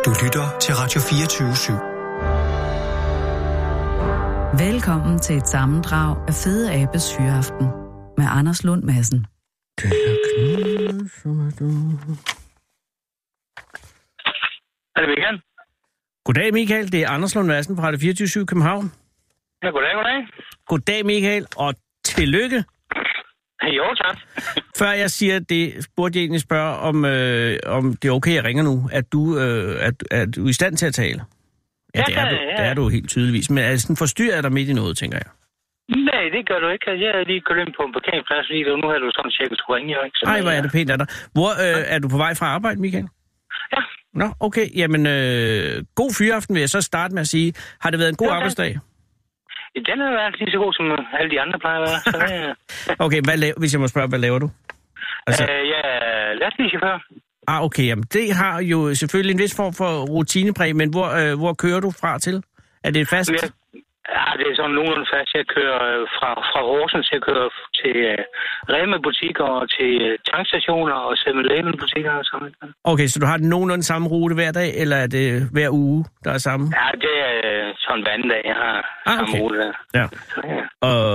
Du lytter til Radio 24/7. Velkommen til et sammendrag af Fede Abes Hyreaften med Anders Lund Madsen. Er det Michael? Goddag Michael, det er Anders Lund Madsen fra Radio 24/7 København. Ja, goddag. Goddag Michael, og tillykke. Jo, tak. Før jeg siger det, spurgte jeg egentlig spørge, om det er okay, jeg ringer nu. Er du i stand til at tale? Ja, det er du helt tydeligvis. Men er det sådan, forstyrrer jeg dig midt i noget, tænker jeg? Nej, det gør du ikke. Jeg er lige gået ind på en parkeringsplads lige, og nu har du sådan cirka skulle ringe, ikke? Nej, hvor er det pænt af dig. Hvor er du på vej fra arbejde, Michael? Ja. Nå, okay. Jamen, god fyreaften vil jeg så starte med at sige. Har det været en god arbejdsdag? Den har været lige så god, som alle de andre plejer at være. Så, Okay, hvis jeg må spørge, hvad laver du? Altså... jeg er lastbilchauffør. Okay, jamen det har jo selvfølgelig en vis form for rutinepræg, men hvor kører du fra til? Er det fast? Ja, det er sådan nogenlunde fast. Jeg kører fra Horsens, jeg kører til Rema-butikker og til tankstationer og 7-Eleven-butikker og sådan noget. Okay, så du har nogenlunde samme rute hver dag, eller er det hver uge, der er samme? Ja, det er sådan hver anden dag, jeg har samme rute der. Ja. Så, ja.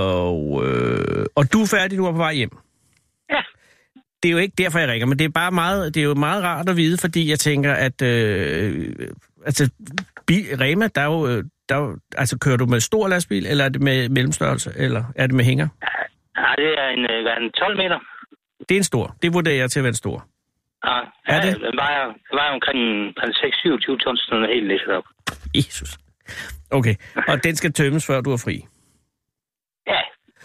Og du er færdig, du er på vej hjem? Ja. Det er jo ikke derfor, jeg ringer, men det er jo meget rart at vide, fordi jeg tænker, at Rema, der er jo, altså kører du med stor lastbil, eller er det med mellemstørrelse, eller er det med hænger? Ja, det er en 12 meter. Det er en stor. Det vurderer jeg til at være en stor. Ja, er det? Den vejer omkring 6-27 tons, sådan er helt lidt op. Jesus. Okay, og den skal tømmes, før du er fri? Ja.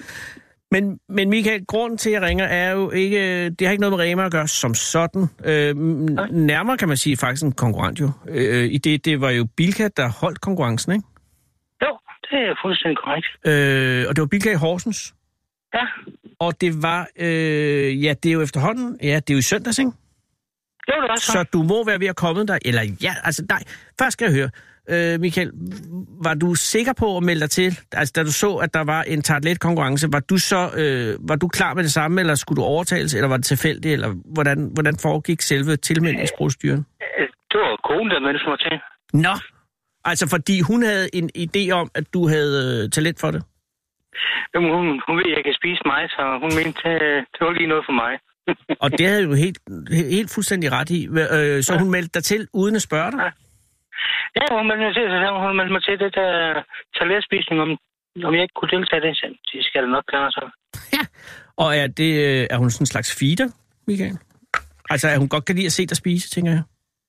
Men Michael, grunden til, at jeg ringer, er jo ikke... Det har ikke noget med Rema at gøre som sådan. Nærmere kan man sige faktisk en konkurrent jo. Det var jo Bilka, der holdt konkurrencen, ikke? Jo, det er fuldstændig korrekt. Og det var Bilka i Horsens? Ja. Og det var... det er jo efterhånden... Ja, det er jo i søndags, ikke? Jo, det var så. Så du må være ved at komme der. Eller ja, altså nej. Først skal jeg høre... Michael, var du sikker på at melde dig til? Altså, da du så, at der var en tartlet-konkurrence, var du klar med det samme, eller skulle du overtales, eller var det tilfældigt, eller hvordan foregik selve tilmeldingsproceduren? Det var konen, der meldte mig til. Nå, altså fordi hun havde en idé om, at du havde talent for det? Jamen, hun ved, at jeg kan spise mig, så hun mente, det var lige noget for mig. Og det havde jo helt fuldstændig ret i. Så hun meldte dig til, uden at spørge dig? Ja. Ja, hun meldte mig til det der taletspisning, om jeg ikke kunne deltage det. Det skal det nok klare så. Ja, og er hun sådan en slags feeder, Michael? Altså, er hun godt kan lide at se dig spise, tænker jeg?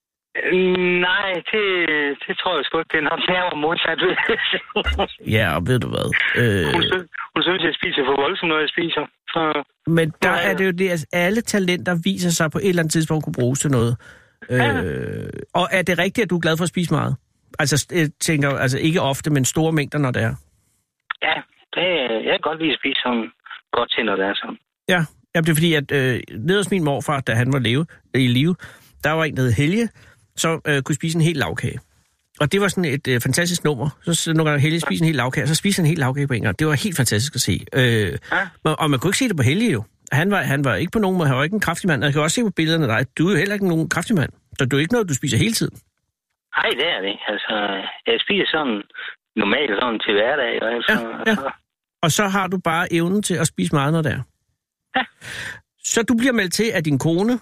Nej, det tror jeg sgu ikke. Det er nok nærmere modsat. Ja, og ved du hvad? Hun synes, jeg spiser for voldsomt, når jeg spiser. Så... Men der er det jo det, at alle talenter viser sig på et eller andet tidspunkt kunne bruges til noget. Og er det rigtigt, at du er glad for at spise meget? Altså, jeg tænker altså ikke ofte, men store mængder, når det er. Ja, jeg kan godt lide at spise sådan godt til, når det er sådan. Ja, det er fordi, at nede hos min morfar, da han var i live, der var en, der hed Helge, så kunne spise en hel lavkage. Og det var sådan et fantastisk nummer. Så nogle gange Helge spiste en hel lavkage, og så spiste han en hel lavkage på en gang. Det var helt fantastisk at se. Og man kunne ikke se det på Helge jo. Han var ikke på nogen måde, han var ikke en kraftig mand. Jeg kan også se på billederne af dig, du er jo heller ikke nogen kraftig mand. Så det er ikke noget, du spiser hele tiden. Nej, det er det. Altså, jeg spiser sådan normalt sådan til hverdag. Ja. Og så har du bare evnen til at spise meget, når det er. Ja. Så du bliver meldt til af din kone,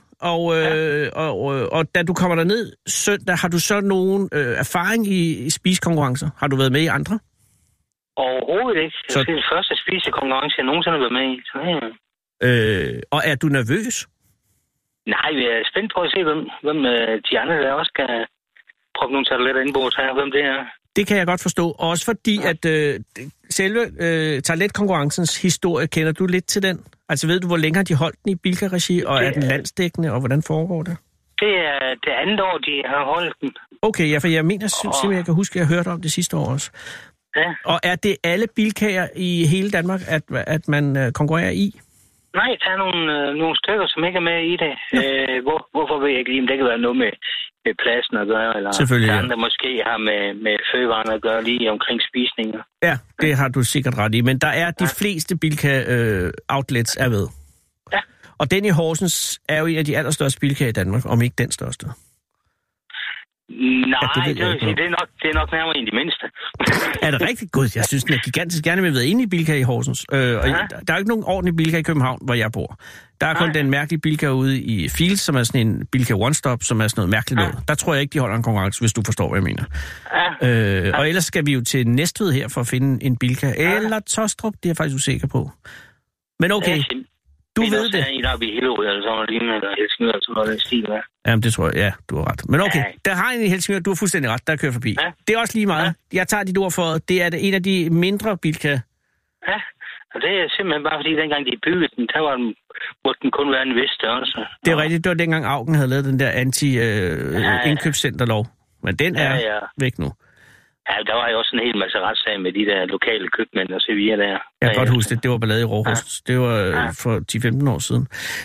og da du kommer derned søndag, har du så nogen erfaring i spisekonkurrencer? Har du været med i andre? Overhovedet ikke. Det er den første spisekonkurrence, jeg nogensinde har været med i. Så, ja. Og er du nervøs? Nej, vi er spændt på at se, hvem de andre der også kan proppe nogle tarteletter ind på os her, hvem det er. Det kan jeg godt forstå. Også fordi, at selve tarteletkonkurrencens historie, kender du lidt til den? Altså ved du, hvor længe har de holdt den i Bilka-regi, og er den landsdækkende, og hvordan foregår det? Det er det andet år, de har holdt den. Okay, ja, for jeg mener simpelthen, jeg kan huske, at jeg hørte om det sidste år også. Ja. Og er det alle bilkager i hele Danmark, at man konkurrerer i? Nej, der er nogle stykker, som ikke er med i det. Ja. Hvorfor ved jeg ikke lige, om det kan være noget med pladsen at gøre, eller der andre måske har med fødevarene at gøre lige omkring spisninger. Ja, det har du sikkert ret i, men der er de fleste Bilka-outlets er ved. Ja. Og den i Horsens er jo en af de allerstørste Bilka i Danmark, om ikke den største. Nej, det er nok nærmere en af de mindste. Er det rigtigt? Gud, jeg synes, den er gigantisk. Gerne vil være inde i Bilka i Horsens. Og der er jo ikke nogen ordentlig Bilka i København, hvor jeg bor. Der er kun den mærkelige Bilka ude i Fields, som er sådan en Bilka One Stop, som er sådan noget mærkeligt noget. Der tror jeg ikke, de holder en konkurrence, hvis du forstår, hvad jeg mener. Og ellers skal vi jo til Næstved her for at finde en Bilka. Eller Tostrup, det er jeg faktisk usikker på. Men okay. Du ved det. Men også i Hillerød, eller sådan noget lignende, eller Helsingør, eller sådan noget, den stil, ja. Jamen, det tror jeg, ja, du har ret. Men okay, der har en i Helsingør, du har fuldstændig ret, der kører forbi. Ja. Det er også lige meget. Ja. Jeg tager dit ord for, det er en af de mindre Bilka. Ja, og det er simpelthen bare fordi, dengang de byggede den, der måtte den kun være en vis størrelse. Det er rigtigt, det var dengang Augen havde lavet den der anti-indkøbscenterlov. Men den er væk nu. Ja, der var jo også en hel masse retssag med de der lokale købmænd og så videre der. Jeg kan godt huske det. Det var ballade i Råhus. Ja. Det var for 10-15 år siden.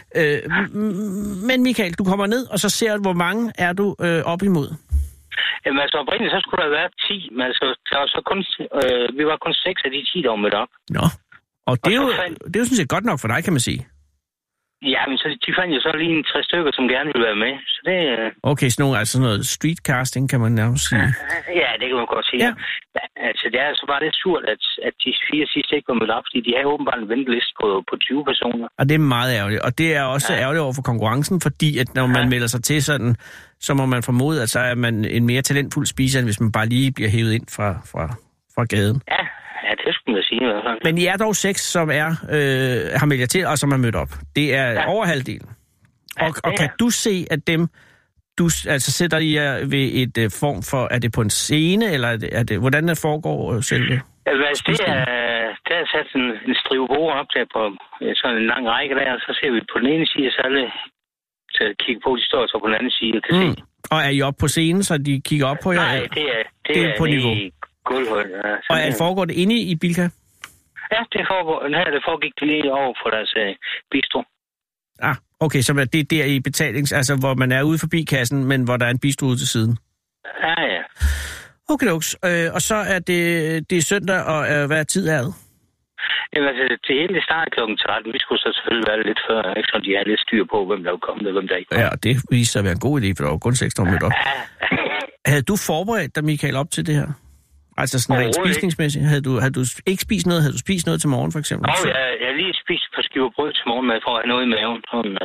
Men Michael, du kommer ned, og så ser du, hvor mange er du op imod? Jamen altså, oprindeligt så skulle der være 10, men altså, der var så kun, vi var kun 6 af de 10, der var mødt op. Nå, og det er jo sådan set godt nok for dig, kan man sige. Ja, men så de fandt jo så lige 3 stykker, som gerne ville være med. Så det, okay, sådan noget streetcasting, kan man nærmest sige. Ja, det kan man godt sige. Ja. Altså, det er så bare lidt surt, at de 4 sidste ikke var mødt op, fordi de har åbenbart en venteliste på 20 personer. Og det er meget ærgerligt. Og det er også ærgerligt over for konkurrencen, fordi at når man melder sig til sådan, så må man formode, at så er man en mere talentfuld spiser, end hvis man bare lige bliver hævet ind fra gaden. Ja, det skulle man sige i hvert fald. Men I er dog 6, som har meldt jer til, og som er mødt op. Det er over halvdelen. Og kan du se, at dem, du altså sætter I jer ved et form for, er det på en scene, eller er det hvordan det foregår selve? Altså, det er sat en strive bord op til på sådan en lang række der, og så ser vi på den ene side, så alle til at kigge på, de står så på den anden side. Og er I oppe på scenen, så de kigger op på jer? Nej, det er på niveau. Gulvhøjde, ja. Og foregår det inde i Bilka? Ja, det foregik det lige over for deres bistro. Okay, så det er der i betalings... Altså, hvor man er ude forbi kassen, men hvor der er en bistro ude til siden? Ja. Okay, og så er det er søndag, og hvad tid er det? Jamen, altså, det hele starter klokken 13. Vi skulle så selvfølgelig være lidt før, ikke? Så de har lidt styr på, hvem der er kommet og hvem der ikke er. Ja, og det viste sig at være en god idé, for der var kun 6, der var mødt op. Havde du forberedt dig, Michael, op til det her? Altså sådan rent spisningsmæssigt. Havde du ikke spist noget? Havde du spist noget til morgen, for eksempel? Jeg har lige spist et par skiver brød til morgen, med for at have noget i maven.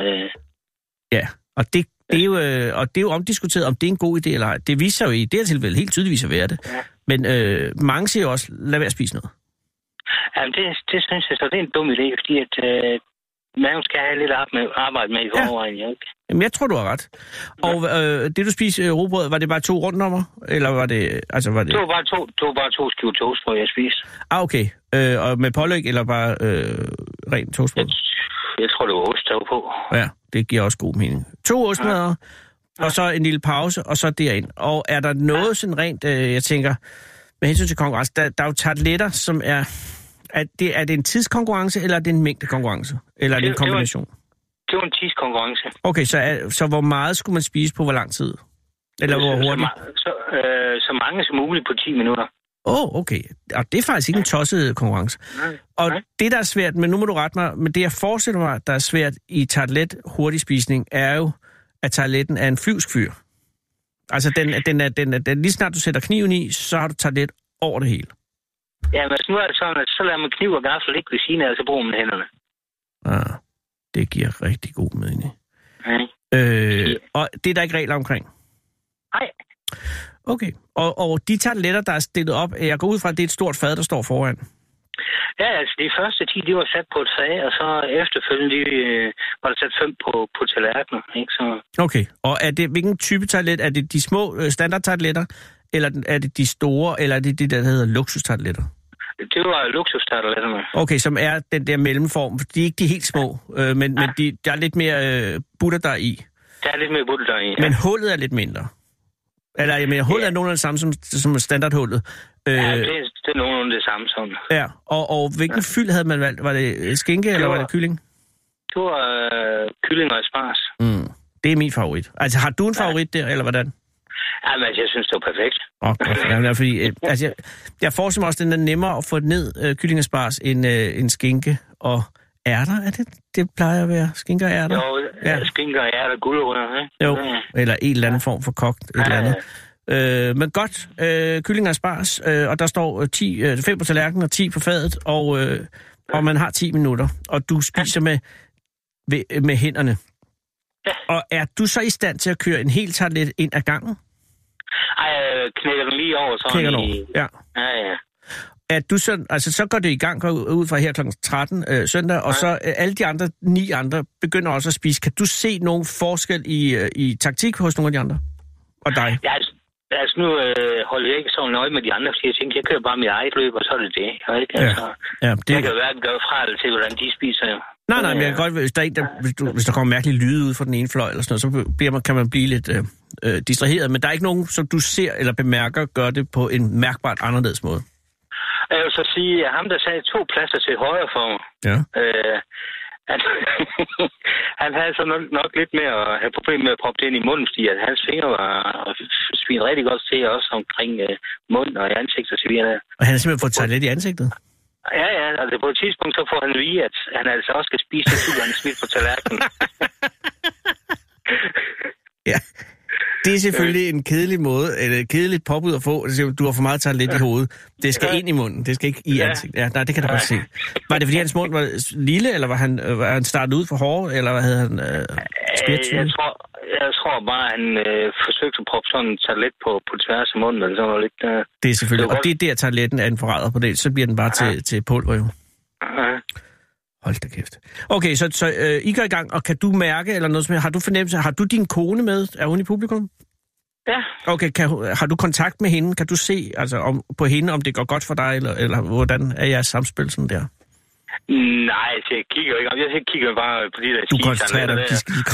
Ja, og det er jo omdiskuteret, om det er en god idé eller ej. Det viser jo i det her tilfælde helt tydeligvis at være det. Ja. Men mange siger jo også, lad være at spise noget. Jamen, det synes jeg så, det er en dum idé, fordi at maven skal have lidt arbejde med i forvejen, ikke? Jamen, jeg tror, du har ret. Og det, du spiste rugbrød, var det bare 2 rundnummer? Eller var det... Altså, var det... Det var bare 2 skiver toastbrød, jeg spiste. Okay. Og med pålæg, eller bare rent toastbrød? Jeg tror, det var ost, der var på. Ja, det giver også god mening. 2 ostmadder, og så en lille pause, og så derind. Og er der noget sådan rent, jeg tænker, med hensyn til konkurrence, der er jo tarteletter, som er... Er det en tidskonkurrence, eller er det en mængdekonkurrence? Eller er det en kombination? Det var en tidskonkurrence. Okay, så hvor meget skulle man spise på hvor lang tid? Eller hvor hurtigt? Så mange som muligt på 10 minutter. Okay. Og det er faktisk ikke en tosset konkurrence. Nej. Og det, der er svært, men nu må du rette mig, men det jeg forestiller mig, der er svært i tartelet hurtig spisning, er jo, at tarteletten er en flyvsk fyr. Altså, den lige snart du sætter kniven i, så har du tartelet over det hele. Ja, men nu er det sådan, at så lader man kniv og gaffel ikke ved siden af, og så bruger man hænderne. Det giver rigtig god mening. Og det er der ikke regler omkring? Nej. Okay. Og de tarteletter, der er stillet op, jeg går ud fra, at det er et stort fad, der står foran. Ja, altså de første 10, de var sat på et fad, og så efterfølgende var der sat 5 på tallerkener, ikke? Så... Okay. Og hvilken type tartelet? Er det de små standardtarteletter? Eller er det de store, eller er det de der hedder luksustarteletter? Det var luksustarteletterne. Okay, som er den der mellemform. De er ikke de helt små, men der er lidt mere butter der i. Der er lidt mere butter der i, ja. Men hullet er lidt mindre. Eller jeg mener, hullet er nogenlunde det samme som standardhullet. Ja, det er nogenlunde det samme som. Ja, og hvilken fyld havde man valgt? Var det skinke, eller var det kylling? Det var kylling og asparges. Det er min favorit. Altså, har du en favorit der, eller hvordan? Jamen, jeg synes, det var perfekt. Godt. Fordi, jeg forestiller mig også, at den er nemmere at få ned kyllingasparges end skinke og ærter. Er det plejer at være skinke og ærter? Jo, skinke og ærter, gulerødder, ikke? Jo, eller en eller anden form for kogt, et eller andet. Men godt, kylling og spars, og der står 5 på tallerkenen og 10 på fadet, og man har 10 minutter, og du spiser med hænderne. Ja. Og er du så i stand til at køre en hel tartelet ind ad gangen? Ej, jeg knækker den lige over. Knækker den over, ja. Ja. Er du så går det i gang ud fra her kl. 13 søndag, og så alle de andre 9 andre begynder også at spise. Kan du se nogen forskel i taktik hos nogle af de andre? Og dig? Ja, altså nu holder jeg ikke så nøje med de andre, fordi jeg tænker, jeg kører bare mit eget løb, og så er det det. Ikke? Altså, det jeg kan jo hverken gøre fra eller til, hvordan de spiser. Jo. Nej, men jeg kan godt, hvis der kommer mærkelig lyde ud fra den ene fløj, eller sådan noget, så kan man blive lidt distraheret. Men der er ikke nogen, som du ser eller bemærker, gør det på en mærkbart anderledes måde. Jeg vil så sige, at ham, der sagde 2 pladser til højre for mig, han havde så nok lidt med at have problemer med at proppe det ind i munden, fordi at hans fingre var svinet rigtig godt til, også omkring munden og i ansigtet og så videre. Og han har simpelthen fået taget lidt i ansigtet? Ja, altså på et tidspunkt så får han at vide, at han altså også skal spise det, så han smidt på tallerkenen. Ja. Det er selvfølgelig en kedelig måde, eller et kedeligt påbud at få. Du har for meget taget lidt i hovedet. Det skal ind i munden, det skal ikke i ansigtet. Ja, nej, det kan du godt se. Var det fordi hans mund var lille, eller var han startet ud for hård, eller hvad havde han spirituelt? Jeg tror bare, han forsøgte at proppe sådan en tartelet på tværs af munden, eller sådan noget lidt. Det er selvfølgelig, og det er der tarteletten er en forræder på det, så bliver den bare til pulver jo. Hold da kæft. Okay, så I går i gang, og kan du mærke, eller noget som har du fornemmelse, har du din kone med? Er hun i publikum? Ja. Okay, har du kontakt med hende? Kan du se på hende, om det går godt for dig, eller hvordan er jeres samspil sådan der? Nej, jeg kigger ikke. Jeg kigger bare på de der du koncentrerer dig, de skal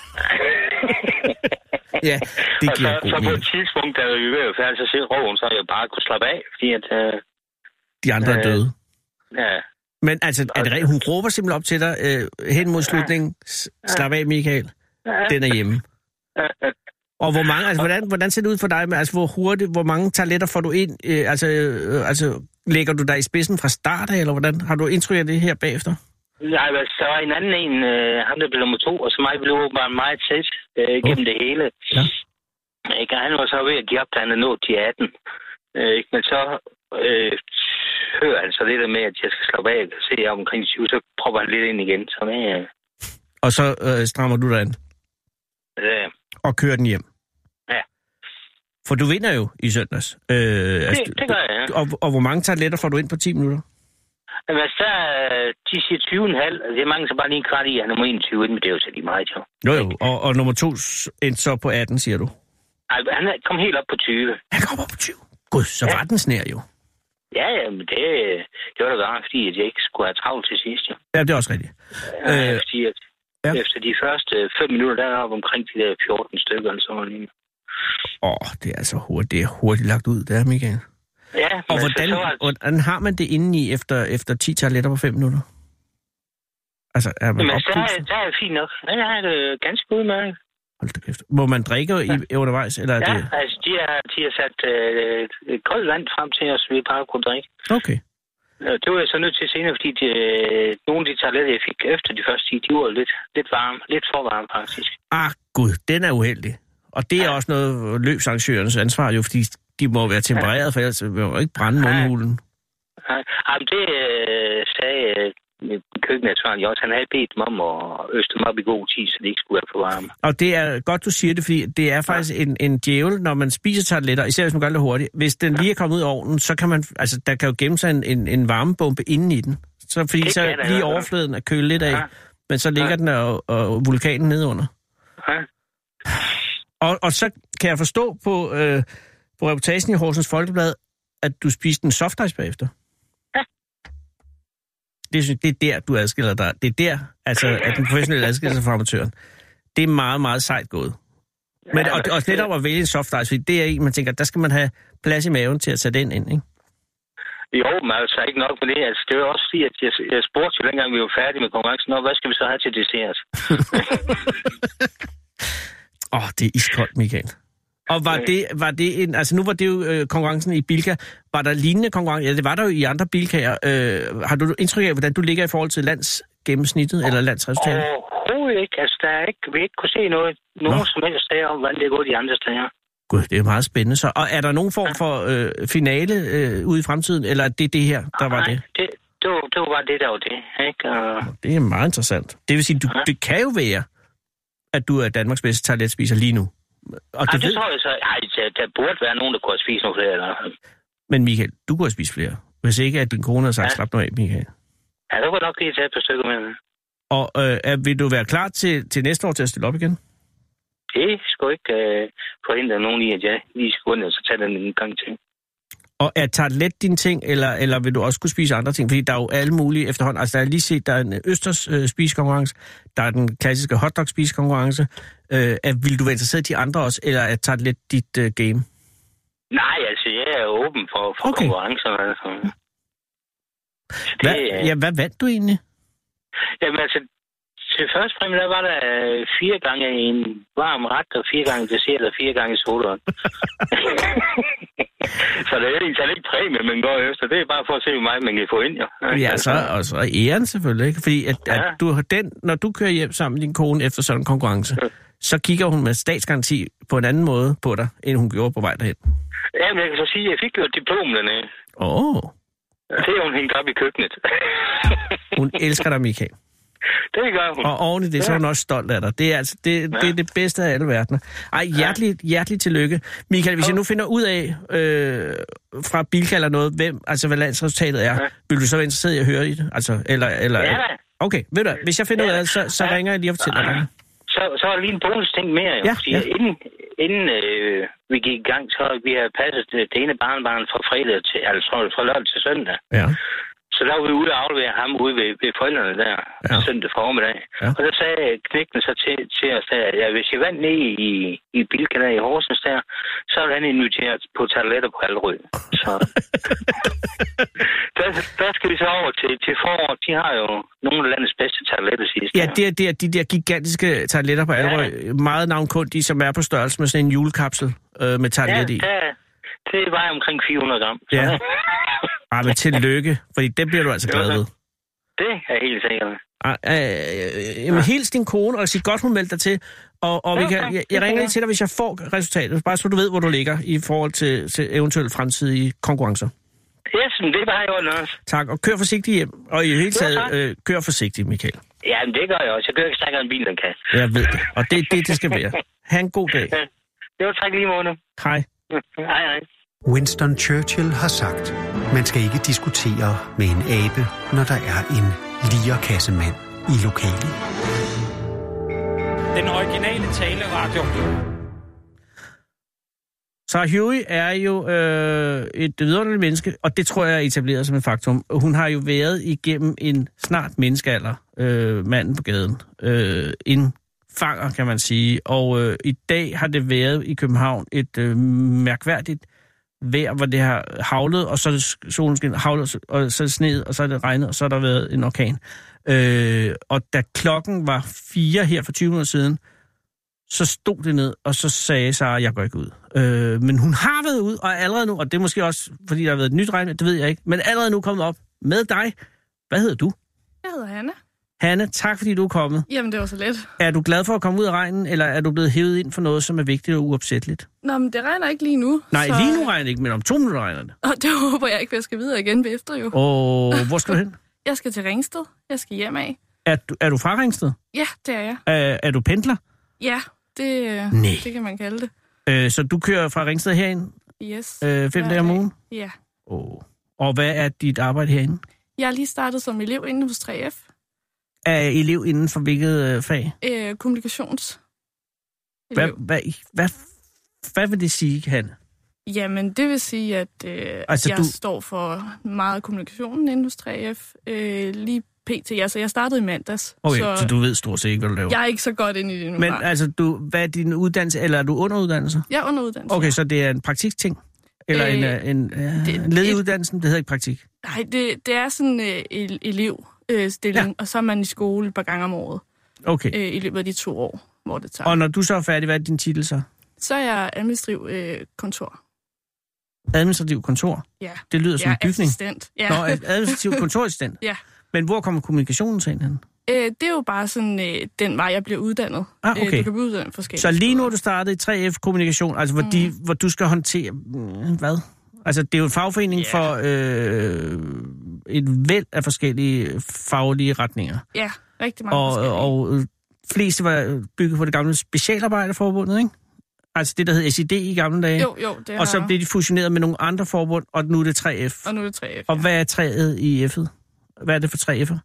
ja, det giver god mening. Så på et tidspunkt, da vi var færdig, så siger Rogen, så jeg bare kunne slappe af, fordi at... de andre er døde? Ja. Men altså, er det rigtigt? Hun råber simpelthen op til dig hen mod slutningen. Slap af, Michael. Den er hjemme. Og hvor mange, altså, hvordan ser det ud for dig med, altså, hvor mange tarteletter får du ind? Altså, lægger du dig i spidsen fra start af, eller hvordan? Har du indtryk af det her bagefter? Nej, så var en anden ham der blev nummer 2, og så mig blev bare meget tæt gennem det hele. Ja. Han var så ved at give op, da han havde nået de 18. Men så hører han så lidt med, at jeg skal slappe af og se omkring 20, så propper han lidt ind igen. Så og så strammer du dig ind? Ja. Og kører den hjem? Ja. For du vinder jo i søndags. Det gør jeg, ja. Og hvor mange tarteletter får du ind på 10 minutter? Jamen, så de siger 20,5. Det er mange, så bare lige en kvart i, at nummer 21, men det er jo så lige meget, jo. Jo, og nummer 2 endte så på 18, siger du? Ej, han kom helt op på 20. Han kom op på 20? Gud, så var den snær jo. Ja, men det var da bare, fordi jeg ikke skulle have travlt til sidst, jo. Ja, det er også rigtigt. Fordi at efter de første 5 minutter, der er op omkring de der 14 stykker, eller sådan noget. Det er altså hurtigt lagt ud, der, Michael. Ja, og hvordan har man det indeni efter 10 tarteletter på 5 minutter? Altså, er man oppustet? Det er fint nok. Ja, jeg har det ganske udmærket. Hold da kæft. Må man drikke undervejs? Eller ja, det? Altså, de har sat koldt vand frem til os, så vi bare kunne drikke. Okay. Det var jeg så nødt til senere, fordi nogle af de tarteletter, jeg fik efter de første 10, de var lidt varme. Lidt for varme, faktisk. Gud, den er uheldig. Og det er også noget løbsarrangørens ansvar, jo, fordi de må være tempereret, for ellers vil jo ikke brænde mundhulen. Nej, det sagde køkkenansvarlig også. Han havde bedt dem om at øste dem op i god tid, så det ikke skulle være for varme. Og det er godt, du siger det, fordi det er faktisk en djævel, når man spiser tarteletter, især hvis man gør det hurtigt. Hvis den lige er kommet ud af ovnen, så kan man, altså der kan jo gemme sig en varmebombe inden i den. Så fordi det så lige overfladen er kølet lidt af, men så ligger den og vulkanen nedunder. Ja. Og så kan jeg forstå på reportagen i Horsens Folkeblad, at du spiste en softice bagefter. Ja. Det er der, du adskiller dig. Det er der, altså, at den professionelle adskiller sig fra amatøren. Det er meget, meget sejt gået. Men og netop at vælge en softice, fordi det er en, man tænker, der skal man have plads i maven til at sætte den ind, ikke? Jo, men altså ikke nok med det. Altså, det var også fordi, at jeg spurgte jo dengang, vi var færdige med konkurrencen. Hvad skal vi så have til dessert? Det er iskoldt, Michael. Og var det en, altså nu var det jo konkurrencen i Bilka. Var der lignende konkurrence? Ja, det var der jo i andre bilkager. Har du indtryk af, hvordan du ligger i forhold til landsgennemsnittet eller landsresultatet? Overhovedet ikke. Altså, vi ikke kunne se nogen som helst steder om, hvordan det går de andre steder. Gud, det er meget spændende. Så, og er der nogen form for finale ude i fremtiden, eller er det her, der var det? Det var det, der var det. Ikke? Det er meget interessant. Det vil sige, det kan jo være, at du er Danmarks bedste toiletspiser lige nu. Og det tror jeg så. Der burde være nogen, der kunne spise nogle flere. Eller? Men Michael, du kunne have spist flere. Hvis ikke, at din kone havde sagt, slap nu af, Michael. Ja, der kunne nok lige tage et par stykker med. Og vil du være klar til næste år til at stille op igen? Det skulle ikke forhindre nogen i, at jeg lige skulle og så tage den en gang til. Og er tartelet din ting, eller vil du også kunne spise andre ting? Fordi der er jo alle mulige efterhånden. Altså, der er lige set, der er en østers spisekonkurrence, der er den klassiske hotdog spisekonkurrence. Vil du være interesseret i de andre også, eller er tartelet dit game? Nej, altså, jeg er åben for konkurrencerne. Altså. Hvad vandt du egentlig? Jamen altså, til første præmie, der var der 4 gange en varm ret, og 4 gange dessert, og 4 gange sodavand. Så det er ikke præmie, man går efter. Det er bare for at se, hvor meget man kan få ind, jo. Ja, og så æren selvfølgelig, ikke? Fordi at du har når du kører hjem sammen med din kone efter sådan en konkurrence, så kigger hun med statsgaranti på en anden måde på dig, end hun gjorde på vej derhen. Jamen, jeg kan så sige, at jeg fik jo et diplom dernede. Det er hun hængt op i køkkenet. Hun elsker dig, Michael. Det gør hun. Og oven i det, så er hun også stolt af dig. Det er altså det er det bedste af alle verdener. Hjerteligt tillykke. Michael, hvis jeg nu finder ud af fra Bilka eller noget, hvad landsresultatet er, vil du så være interesseret i at høre i det? Altså, eller ja. Okay, ved du, hvis jeg finder ud af det, så ringer jeg lige og fortæller dig. Så er der lige en bonus ting mere, jo. Ja. Inden vi gik i gang, så vi havde passet det ene barnbarn fra fredag til, altså fra lørdag til søndag. Ja. Så der var vi ude og aflevere ham ude ved forældrene der, søndag formiddag. Ja. Og så sagde knægten så til os, at hvis jeg vandt ned i Bilka der i Horsens der, så ville han inviteret på toiletter på Allerød. Så der skal vi så over til foråret. De har jo nogle af landets bedste toiletter sidst. Ja, det er de der gigantiske toiletter på Allerød. Ja. Meget navnkundige, som er på størrelse med sådan en julekapsel med toilet i. Ja, det vejer omkring 400 gram. Så. Ja. Men tillykke, fordi det bliver du altså glad ved. Det er helt sikkert. Jamen, hils din kone, og sig godt, hun melder dig til. Og jeg ringer lige til dig, hvis jeg får resultatet. Bare så du ved, hvor du ligger i forhold til eventuelle fremtidige konkurrencer. Yes, det er bare i orden også. Tak, og kør forsigtigt hjem. Og i hele taget, kør forsigtigt, Michael. Ja, det gør jeg også. Jeg kører ikke stærkere en bil, den kan. Jeg ved det, og det er det skal være. Ha' en god dag. Det var tak lige måde. Hej. Hej. Winston Churchill har sagt, man skal ikke diskutere med en abe, når der er en lierkassemand i lokalet. Den originale taleradio. Sarah Huey er jo et vidunderligt menneske, og det tror jeg er etableret som et faktum. Hun har jo været igennem en snart menneskealder, manden på gaden. En fanger, kan man sige. Og i dag har det været i København et mærkværdigt vejr, hvor det har havlet, og så er det solen skin, havlet, og så er det sneet, og så er det regnet, og så har der været en orkan. Og da klokken var 4 her for 20 minutter siden, så stod det ned, og så sagde Sarah, jeg går ikke ud. Men hun har været ud, og allerede nu, og det er måske også, fordi der har været et nyt regn, det ved jeg ikke, men allerede nu kommet op med dig. Hvad hedder du? Jeg hedder Hanne. Hanne, tak fordi du er kommet. Jamen, det var så let. Er du glad for at komme ud af regnen, eller er du blevet hævet ind for noget, som er vigtigt og uopsætteligt? Nå, men det regner ikke lige nu. Nej, så... lige nu regner det ikke, men om 2 minutter regner det. Og det håber jeg ikke, for jeg skal videre igen efter jo. Hvor skal du hen? Jeg skal til Ringsted. Jeg skal hjem af. Er du fra Ringsted? Ja, det er jeg. Er du pendler? Ja, det kan man kalde det. Så du kører fra Ringsted herind? Yes. 5 dage om ugen? Ja. Og hvad er dit arbejde herinde? Jeg er lige startet som elev inde hos 3F. Er elev inden for hvilket fag? Kommunikations. Hvad vil det sige, Hanne? Jamen, det vil sige, at jeg står for meget kommunikationen inde hos 3F. Lige pt. Altså, jeg startede i mandags. Okay, så du ved stort set ikke, hvad du laver? Jeg er ikke så godt inde i det nu. Men altså, hvad er din uddannelse, eller er du under uddannelse? Jeg er under uddannelse. Okay, så det er en praktikting? Eller en led i uddannelsen? Det hedder ikke praktik? Nej, det er sådan en elevstilling, og så er man i skole et par gange om året. Okay. I løbet af de 2 år, hvor det tager. Og når du så er færdig, hvad er din titel så? Så er jeg administrativ kontor. Administrativ kontor? Ja. Det lyder som en bygning. Assistent. Ja. Nå, administrativ kontorassistent? Ja. Men hvor kommer kommunikationen til hen? Det er jo bare sådan den vej, jeg bliver uddannet. Okay. Du kan blive uddannet forskellige Så lige nu er du startet i 3F-kommunikation, altså hvor du skal håndtere... Hvad? Altså, det er jo en fagforening for et væld af forskellige faglige retninger. Ja, rigtig mange forskellige. Og fleste var bygget på det gamle Specialarbejderforbundet, ikke? Altså det, der hed SID i gamle dage. Jo, det og så blev de fusioneret med nogle andre forbund, og nu er det 3F. Og nu er det 3F, Og hvad er 3'et i F'et? Hvad er det for 3F'er?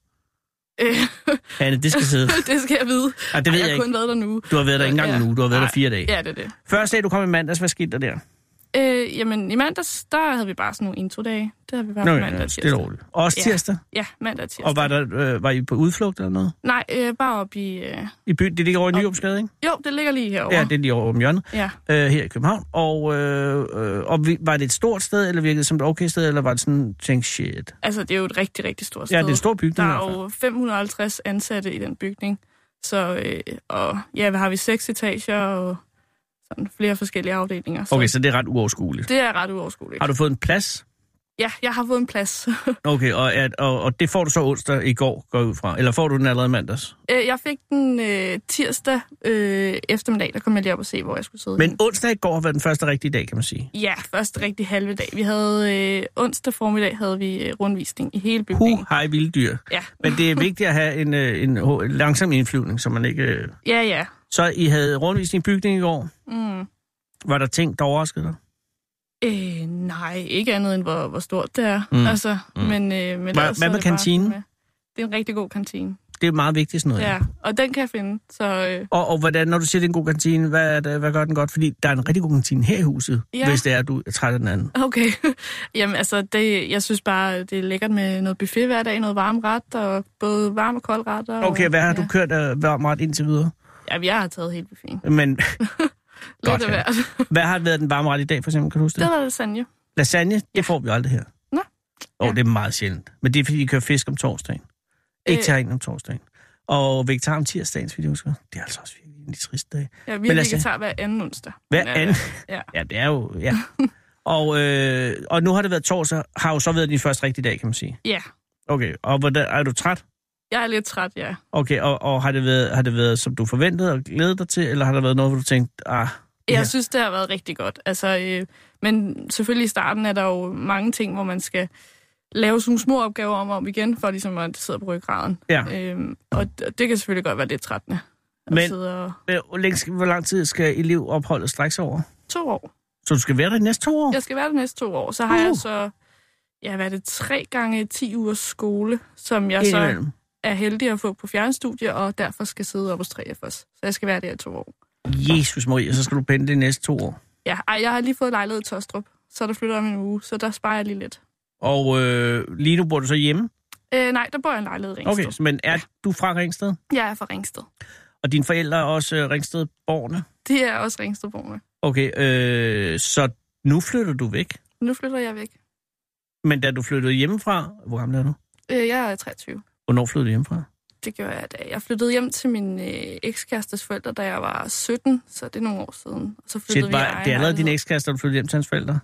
Anne, det skal sidde. Det skal jeg vide. Det ved jeg har ikke. kun været der nu. Du har været der ikke engang nu. Du har været der 4 dage. Ja, det er det. Første dag, du kom i mandags, hvad skete der der? Jamen, i mandags, der havde vi bare sådan nogle intro-dage. Det havde vi bare mandag og tirsdag. Det er roligt. Og også tirsdag? Ja, mandag og tirsdag. Og var I på udflugt eller noget? Nej, bare oppe i... I byen? Det ligger over i Nyopsgade, ikke? Jo, det ligger lige herovre. Ja, det er lige over om hjørnet. Ja. Her i København. Og var det et stort sted, eller virkede det som et okay sted, eller var det sådan, tænk shit? Altså, det er jo et rigtig, rigtig stort sted. Ja, det er en stor bygning. Der er jo 550 ansatte i den bygning. Så, og ja, hvad har vi? 6 etager og sådan flere forskellige afdelinger. Okay, så det er ret uoverskueligt. Det er ret uoverskueligt. Har du fået en plads? Ja, jeg har fået en plads. Okay, og det får du så onsdag i går, går ud fra? Eller får du den allerede mandags? Jeg fik den tirsdag eftermiddag, der kom jeg lige op og se, hvor jeg skulle sidde. Men onsdag i går har været den første rigtige dag, kan man sige? Ja, første rigtig halve dag. Vi havde onsdag formiddag havde vi rundvisning i hele bygningen. Hej vilde dyr. Ja. Men det er vigtigt at have en langsom indflyvning, så man ikke... Ja. Så I havde rundvisning i bygningen i går? Var der ting, der overraskede dig? Nej, ikke andet end hvor stort det er. Altså, men hvad med kantinen? Det er en rigtig god kantine. Det er meget vigtigt sådan noget. Ja, og den kan jeg finde. Så, Og hvordan, når du siger, det er en god kantine, hvad gør den godt? Fordi der er en rigtig god kantine her i huset, hvis det er, at du er træt af den anden. Okay. Jamen altså, jeg synes bare, det er lækkert med noget buffet hver dag, noget varm ret, og både varm og kold ret. Okay, hvad har du kørt af varm ret indtil videre? Ja, jeg har taget helt buffet. Men... Lidt af hvert. Hvad har været den varme ret i dag, for eksempel? Kan du huske det? Det var lasagne. Lasagne? Det får vi aldrig her. Nå. Det er meget sjældent. Men det er, fordi de kører fisk om torsdagen. Ikke terrine om torsdagen. Og vegetar om tirsdagen, hvis vi husker. Det er altså også virkelig en trist dag. Ja, vi er vegetar hver anden onsdag. Hver anden? Ja, det er jo... Ja. Og nu har det været torsdag. Har jo så været din første rigtige dag, kan man sige. Ja. Okay, og er du træt? Jeg er lidt træt, ja. Okay, og har det været, som du forventede og glædede dig til, eller har der været noget, hvor du tænkte, Jeg synes, det har været rigtig godt. Altså, men selvfølgelig i starten er der jo mange ting, hvor man skal lave sådan små opgaver om igen, for ligesom at sidde på ryggraden. Ja. Og det kan selvfølgelig godt være lidt trættende. Men hvor lang tid skal elevopholdet strække sig over? 2 år. Så du skal være der de næste 2 år? Jeg skal være der de næste 2 år. Så har jeg så, hvad er det, 3 gange 10 ugers skole, som jeg så er heldig at få på fjernstudie, og derfor skal sidde op hos 3F også. Så jeg skal være der i 2 år. Jesus Maria, så skal du pendle de næste 2 år. Ja, jeg har lige fået lejlighed i Tostrup, så der flytter om en uge, så der sparer jeg lige lidt. Og lige nu bor du så hjemme? Nej, der bor jeg i en lejlighed i Ringsted. Okay, men er du fra Ringsted? Jeg er fra Ringsted. Og dine forældre er også Ringstedborgerne? De er også Ringstedborgerne. Okay, så nu flytter du væk? Nu flytter jeg væk. Men da du flyttede hjemmefra, hvor gammel er du? Jeg er 23. Hvornår flyttede du hjemmefra? Det gjorde jeg, da jeg flyttede hjem til min ekskærestes forældre, da jeg var 17, så det er nogle år siden. Og så flyttede vi det er allerede din ekskæreste, du flyttede hjem til hans forældre?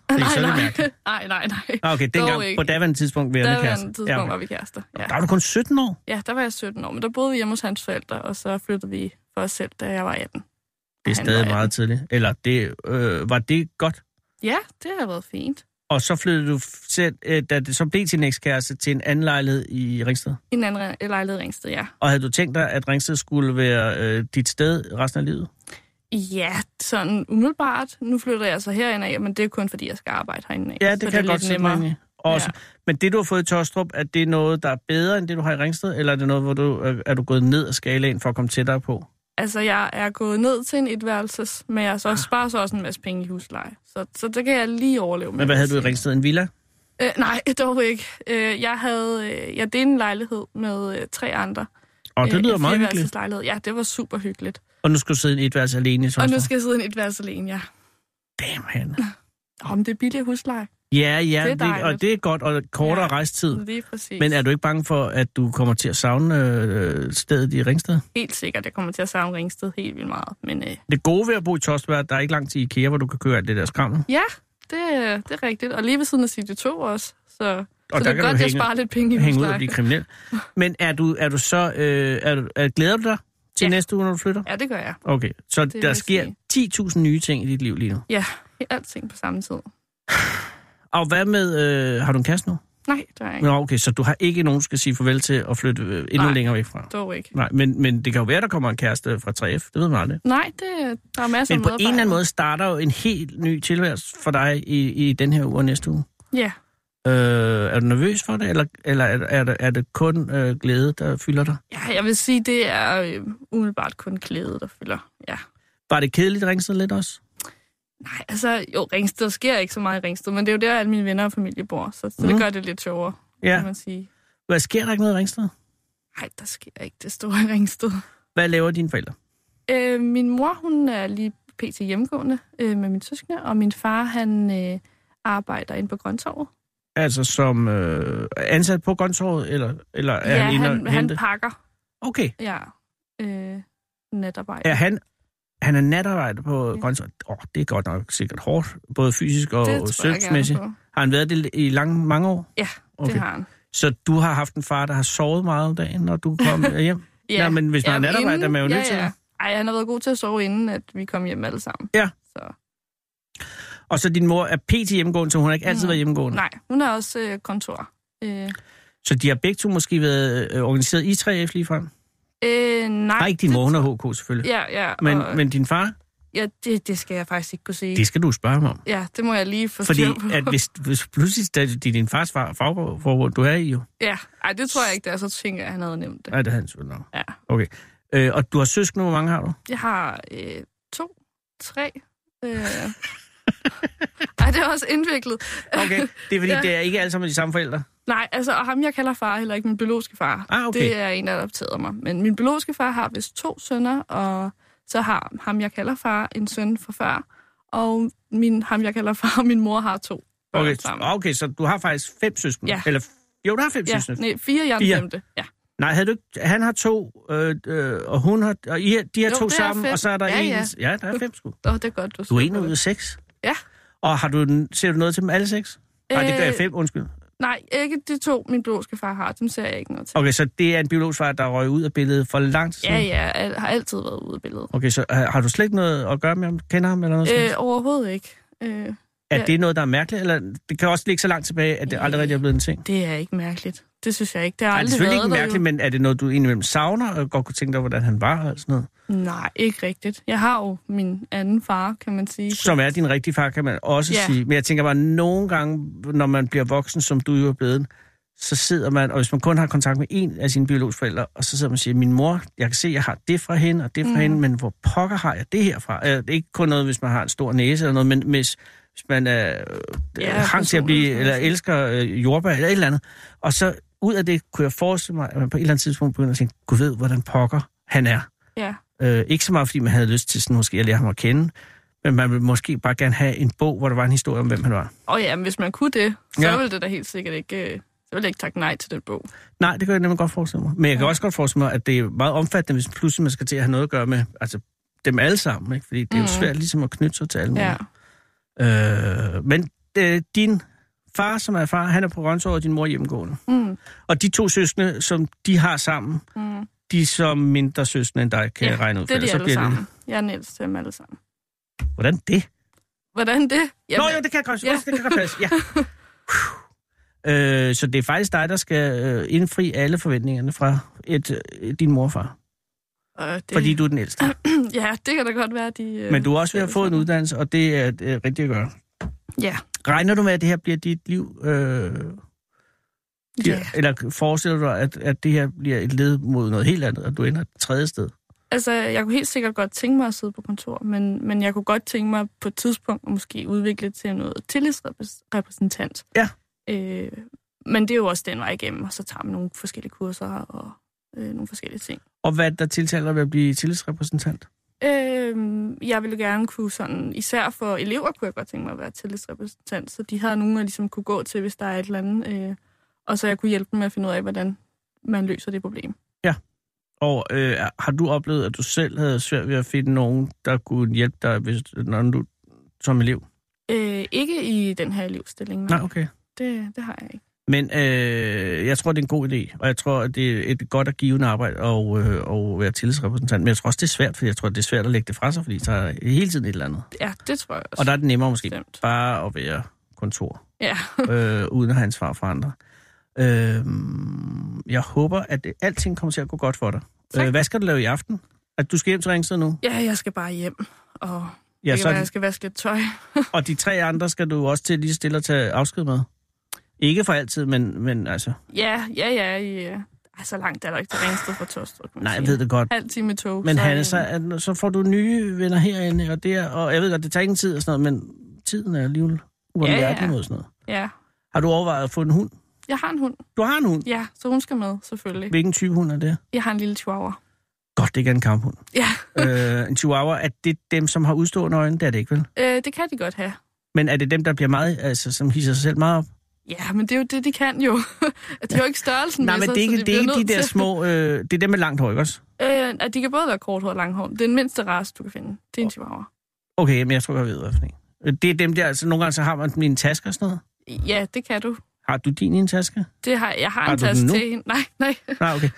Nej. Okay, dengang, på daværende tidspunkt var vi kærester? På daværende tidspunkt var vi kærester, ja. Der var du kun 17 år? Ja, der var jeg 17 år, men der boede vi hjemme hos hans forældre, og så flyttede vi for os selv, da jeg var 18. Det er stadig meget tidligt. Eller var det godt? Ja, det har været fint. Og så flyttede du selv, da det så blev til en ekskæreste, til en anden lejlighed i Ringsted? I en anden lejlighed i Ringsted, ja. Og havde du tænkt dig, at Ringsted skulle være dit sted resten af livet? Ja, sådan umiddelbart. Nu flytter jeg så herind af, men det er kun fordi, jeg skal arbejde herinde af. Ja, det kan godt nemmere. Også. Ja. Men det, du har fået i Tostrup, er det noget, der er bedre end det, du har i Ringsted? Eller er det noget, hvor du er gået ned ad skalaen for at komme tættere på? Altså, jeg er gået ned til en etværelses, men jeg sparer så også en masse penge i husleje. Så det kan jeg lige overleve med. Men hvad havde du i Ringsted? En villa? Nej, dog ikke. Jeg delte en lejlighed med 3 andre. Og det lyder meget hyggeligt. Ja, det var super hyggeligt. Og nu skal du sidde i en etværelse alene i Tostrup? Og nu skal jeg sidde i en etværelse alene, ja. Damn, Hanne. Men det er billig husleje. Ja, og det er godt, og kortere rejstid. Lige præcis. Men er du ikke bange for, at du kommer til at savne stedet i Ringsted? Helt sikkert, jeg kommer til at savne Ringsted helt vildt meget. Men, det gode ved at bo i Tostrup er, at der er ikke langt til IKEA, hvor du kan køre alt det der skrammel. Ja, det er rigtigt. Og lige ved siden af City 2 også. Så Så det er godt, at spare lidt penge i hænge ud og blive kriminel. Men er du så... glæder du dig til næste uge, når du flytter? Ja, det gør jeg. Okay, så der sker 10.000 nye ting i dit liv lige nu? Ja, alting på samme tid. Og hvad med... har du en kæreste nu? Nej, det har jeg ikke. Nå, okay, så du har ikke nogen, du skal sige farvel til at flytte endnu længere væk fra? Dog ikke. Nej, men det kan jo være, der kommer en kæreste fra 3F. Det ved man aldrig. Nej, der er masser af Men på en eller anden måde starter jo en helt ny tilværelse for dig i den her uge og næste uge. Ja. Er du nervøs for det, eller er det kun glæde, der fylder dig? Ja, jeg vil sige, det er umiddelbart kun glæde, der fylder, ja. Var det kedeligt Ringsted lidt også? Nej, altså jo, Ringsted sker ikke så meget i Ringsted, men det er jo der, alle mine venner og familie bor, så det gør det lidt sjovere, kan man sige. Hvad sker der ikke noget i Ringsted? Nej, der sker ikke det store i Ringsted. Hvad laver dine forældre? Min mor, hun er lige pt. Hjemmegående med min søskende, og min far, han arbejder inde på Grøntorvet. Altså som ansat på Grøntorvet, eller er han inde og han pakker. Okay. Ja, natarbejde. Er han er natarbejder på Grøntorvet? Det er godt nok sikkert hårdt, både fysisk og søvnsmæssigt. Har han været det i mange år? Ja, okay. Det har han. Så du har haft en far, der har sovet meget om dagen, når du kom hjem? Ja. Nå, men hvis man er natarbejder, er man jo nødt til det. Ej, han har været god til at sove, inden at vi kom hjem alle sammen. Ja. Så. Og så din mor er pt. Hjemmegående, så hun har ikke altid været hjemmegående? Nej, hun er også kontor. Så de har begge to måske været organiseret i 3F ligefrem? Nej. Ikke din mor, hun er HK selvfølgelig. Ja. Men din far? Ja, det skal jeg faktisk ikke kunne sige. Det skal du spørge mig om. Ja, det må jeg lige få styr på. Fordi at hvis pludselig det er din fars fagforbund, du er i jo. Ja, det tror jeg ikke, det er. Så tænker jeg, at han havde nævnt det. Nej, det havde han selvfølgelig nok. Ja. Okay. Og du har søskende, hvor mange har du? Jeg har 2, 3. Ej, det er også indviklet. Okay, det er fordi, det er ikke alle sammen de samme forældre? Nej, altså, og ham jeg kalder far, heller ikke min biologiske far. Okay. Det er en, der adopterede mig. Men min biologiske far har vist 2 sønner, og så har ham jeg kalder far en søn fra før, og ham jeg kalder far og min mor har 2 børn sammen. Okay, så du har faktisk 5 søskende? Ja. Eller, jo, du har 5 søskende. Nej, 4, jeg er den 5. Ja. Nej, han har 2, og hun har, og de har 2 sammen, og så er der en. Ja, der er 5 sgu. Det er godt, du er 1 ud af 6? Ja. Og ser du noget til dem alle 6? Nej, det gør jeg 5, undskyld. Nej, ikke de 2, min biologiske far har. Dem ser jeg ikke noget til. Okay, så det er en biologisk far, der røg ud af billedet for lang tid siden? Ja, har altid været ude af billedet. Okay, så har du slet ikke noget at gøre med ham? Kender ham eller noget? Overhovedet ikke. Er det noget, der er mærkeligt, eller det kan også ligge så langt tilbage, at det aldrig rigtig er blevet en ting? Det er ikke mærkeligt. Det synes jeg ikke. Det har aldrig været. Det er selvfølgelig ikke mærkeligt, men er det noget, du indimellem savner, og godt kunne tænke dig, hvordan han var og sådan noget? Nej, ikke rigtigt. Jeg har jo min anden far, kan man sige. Som er din rigtige far, kan man også sige. Men jeg tænker bare, nogle gange, når man bliver voksen, som du jo er blevet, så sidder man, og hvis man kun har kontakt med en af sine biologiske forældre, og så sidder man og siger, min mor, jeg kan se, jeg har det fra hende, og det fra hende, men hvor pokker har jeg det herfra? Det er ikke kun noget, hvis man har en stor næse eller noget, men hvis man hang til at blive, eller elsker jordbær eller et eller andet. Og så ud af det kunne jeg forestille mig, at man på et eller andet tidspunkt begynder at tænke, gud ved, hvordan pokker han er. Ja. Ikke så meget, fordi man havde lyst til sådan, måske at lære ham at kende, men man ville måske bare gerne have en bog, hvor der var en historie om, hvem han var. Ja, men hvis man kunne det, så ville det da helt sikkert ikke... Så vil jeg ikke takke nej til den bog. Nej, det kan jeg nemlig godt forestille mig. Men jeg kan også godt forestille mig, at det er meget omfattende, hvis pludselig man skal til at have noget at gøre med dem alle sammen. Ikke? Fordi det er jo svært ligesom at knytte sig til alle mulige. Ja. Men din far, som er far, han er på Grøntorvet, og din mor hjemmegående. Og de 2 søskende, som de har sammen, de er som mindre søskende end dig, kan jeg regne ud. Det er de alle sammen. Jeg er den ældste til dem alle sammen. Hvordan det? Hvordan det? Jamen, jo, det kan godt passe. Ja. Så det er faktisk dig, der skal indfri alle forventningerne fra din morfar. Fordi du er den ældste. Ja, det kan da godt være, men du er også ved at få en uddannelse, og det er rigtigt at gøre. Ja. Regner du med, at det her bliver dit liv? Eller forestiller du dig, at det her bliver et led mod noget helt andet, og du ender et 3. sted? Altså, jeg kunne helt sikkert godt tænke mig at sidde på kontor, men jeg kunne godt tænke mig på et tidspunkt at måske udvikle til noget tillidsrepræsentant. Ja. Men det er jo også den vej igennem, og så tager man nogle forskellige kurser og nogle forskellige ting. Og hvad der tiltaler ved at blive tillidsrepræsentant? Jeg ville gerne kunne sådan, især for elever kunne jeg godt tænke mig at være tillidsrepræsentant, så de har nogen, jeg ligesom kunne gå til, hvis der er et eller andet, og så jeg kunne hjælpe dem med at finde ud af, hvordan man løser det problem. Ja, og har du oplevet, at du selv havde svært ved at finde nogen, der kunne hjælpe dig, når du som elev? Ikke i den her elevstilling. Nej, okay. Det har jeg ikke. Men jeg tror, det er en god idé, og jeg tror, at det er et godt og givende arbejde at være tillidsrepræsentant. Men jeg tror også, det er svært, fordi jeg tror, det er svært at lægge det fra sig, fordi der er hele tiden et eller andet. Ja, det tror jeg også. Og der er det nemmere måske Stemt. bare at være kontor, uden at have ansvar for andre. Jeg håber, at alting kommer til at gå godt for dig. Hvad skal du lave i aften? At du skal hjem til Ringsted nu? Ja, jeg skal bare hjem, og jeg skal vaske lidt tøj. Og de 3 andre skal du også til lige stille og tage afsked med? Ikke for altid, men altså... Ja. Så langt er der ikke til Ringsted fra Tåstrup. Nej, jeg ved det godt. Halv time tog. Men Hanne, så får du nye venner herinde, og jeg ved godt, det tager ingen tid og sådan noget, men tiden er alligevel uomhjertelig mod sådan noget. Ja. Har du overvejet at få en hund? Jeg har en hund. Du har en hund? Ja, så hun skal med, selvfølgelig. Hvilken type hund er det? Jeg har en lille chihuahua. Godt, det ikke er en kamphund. Ja. En chihuahua, er det dem, som har udstående øjne? Det er det ikke, vel? Det kan de godt have. er det dem, der bliver meget, altså, som hisser sig selv meget op? Ja, men det er jo det, de kan jo. De har jo ikke størrelsen med sig. Nej, men det er ikke de der små... det er dem med langt hår, ikke også? At de kan både være kort hår og langt hår. Det er den mindste race, du kan finde. Det er en chihuahua. Okay, men jeg tror, jeg ved, hvad for en. Det er dem der, altså nogle gange så har man dem i en taske og sådan noget? Ja, det kan du. Har du din i en taske? Jeg har en taske til hende. Nej. Nej, okay.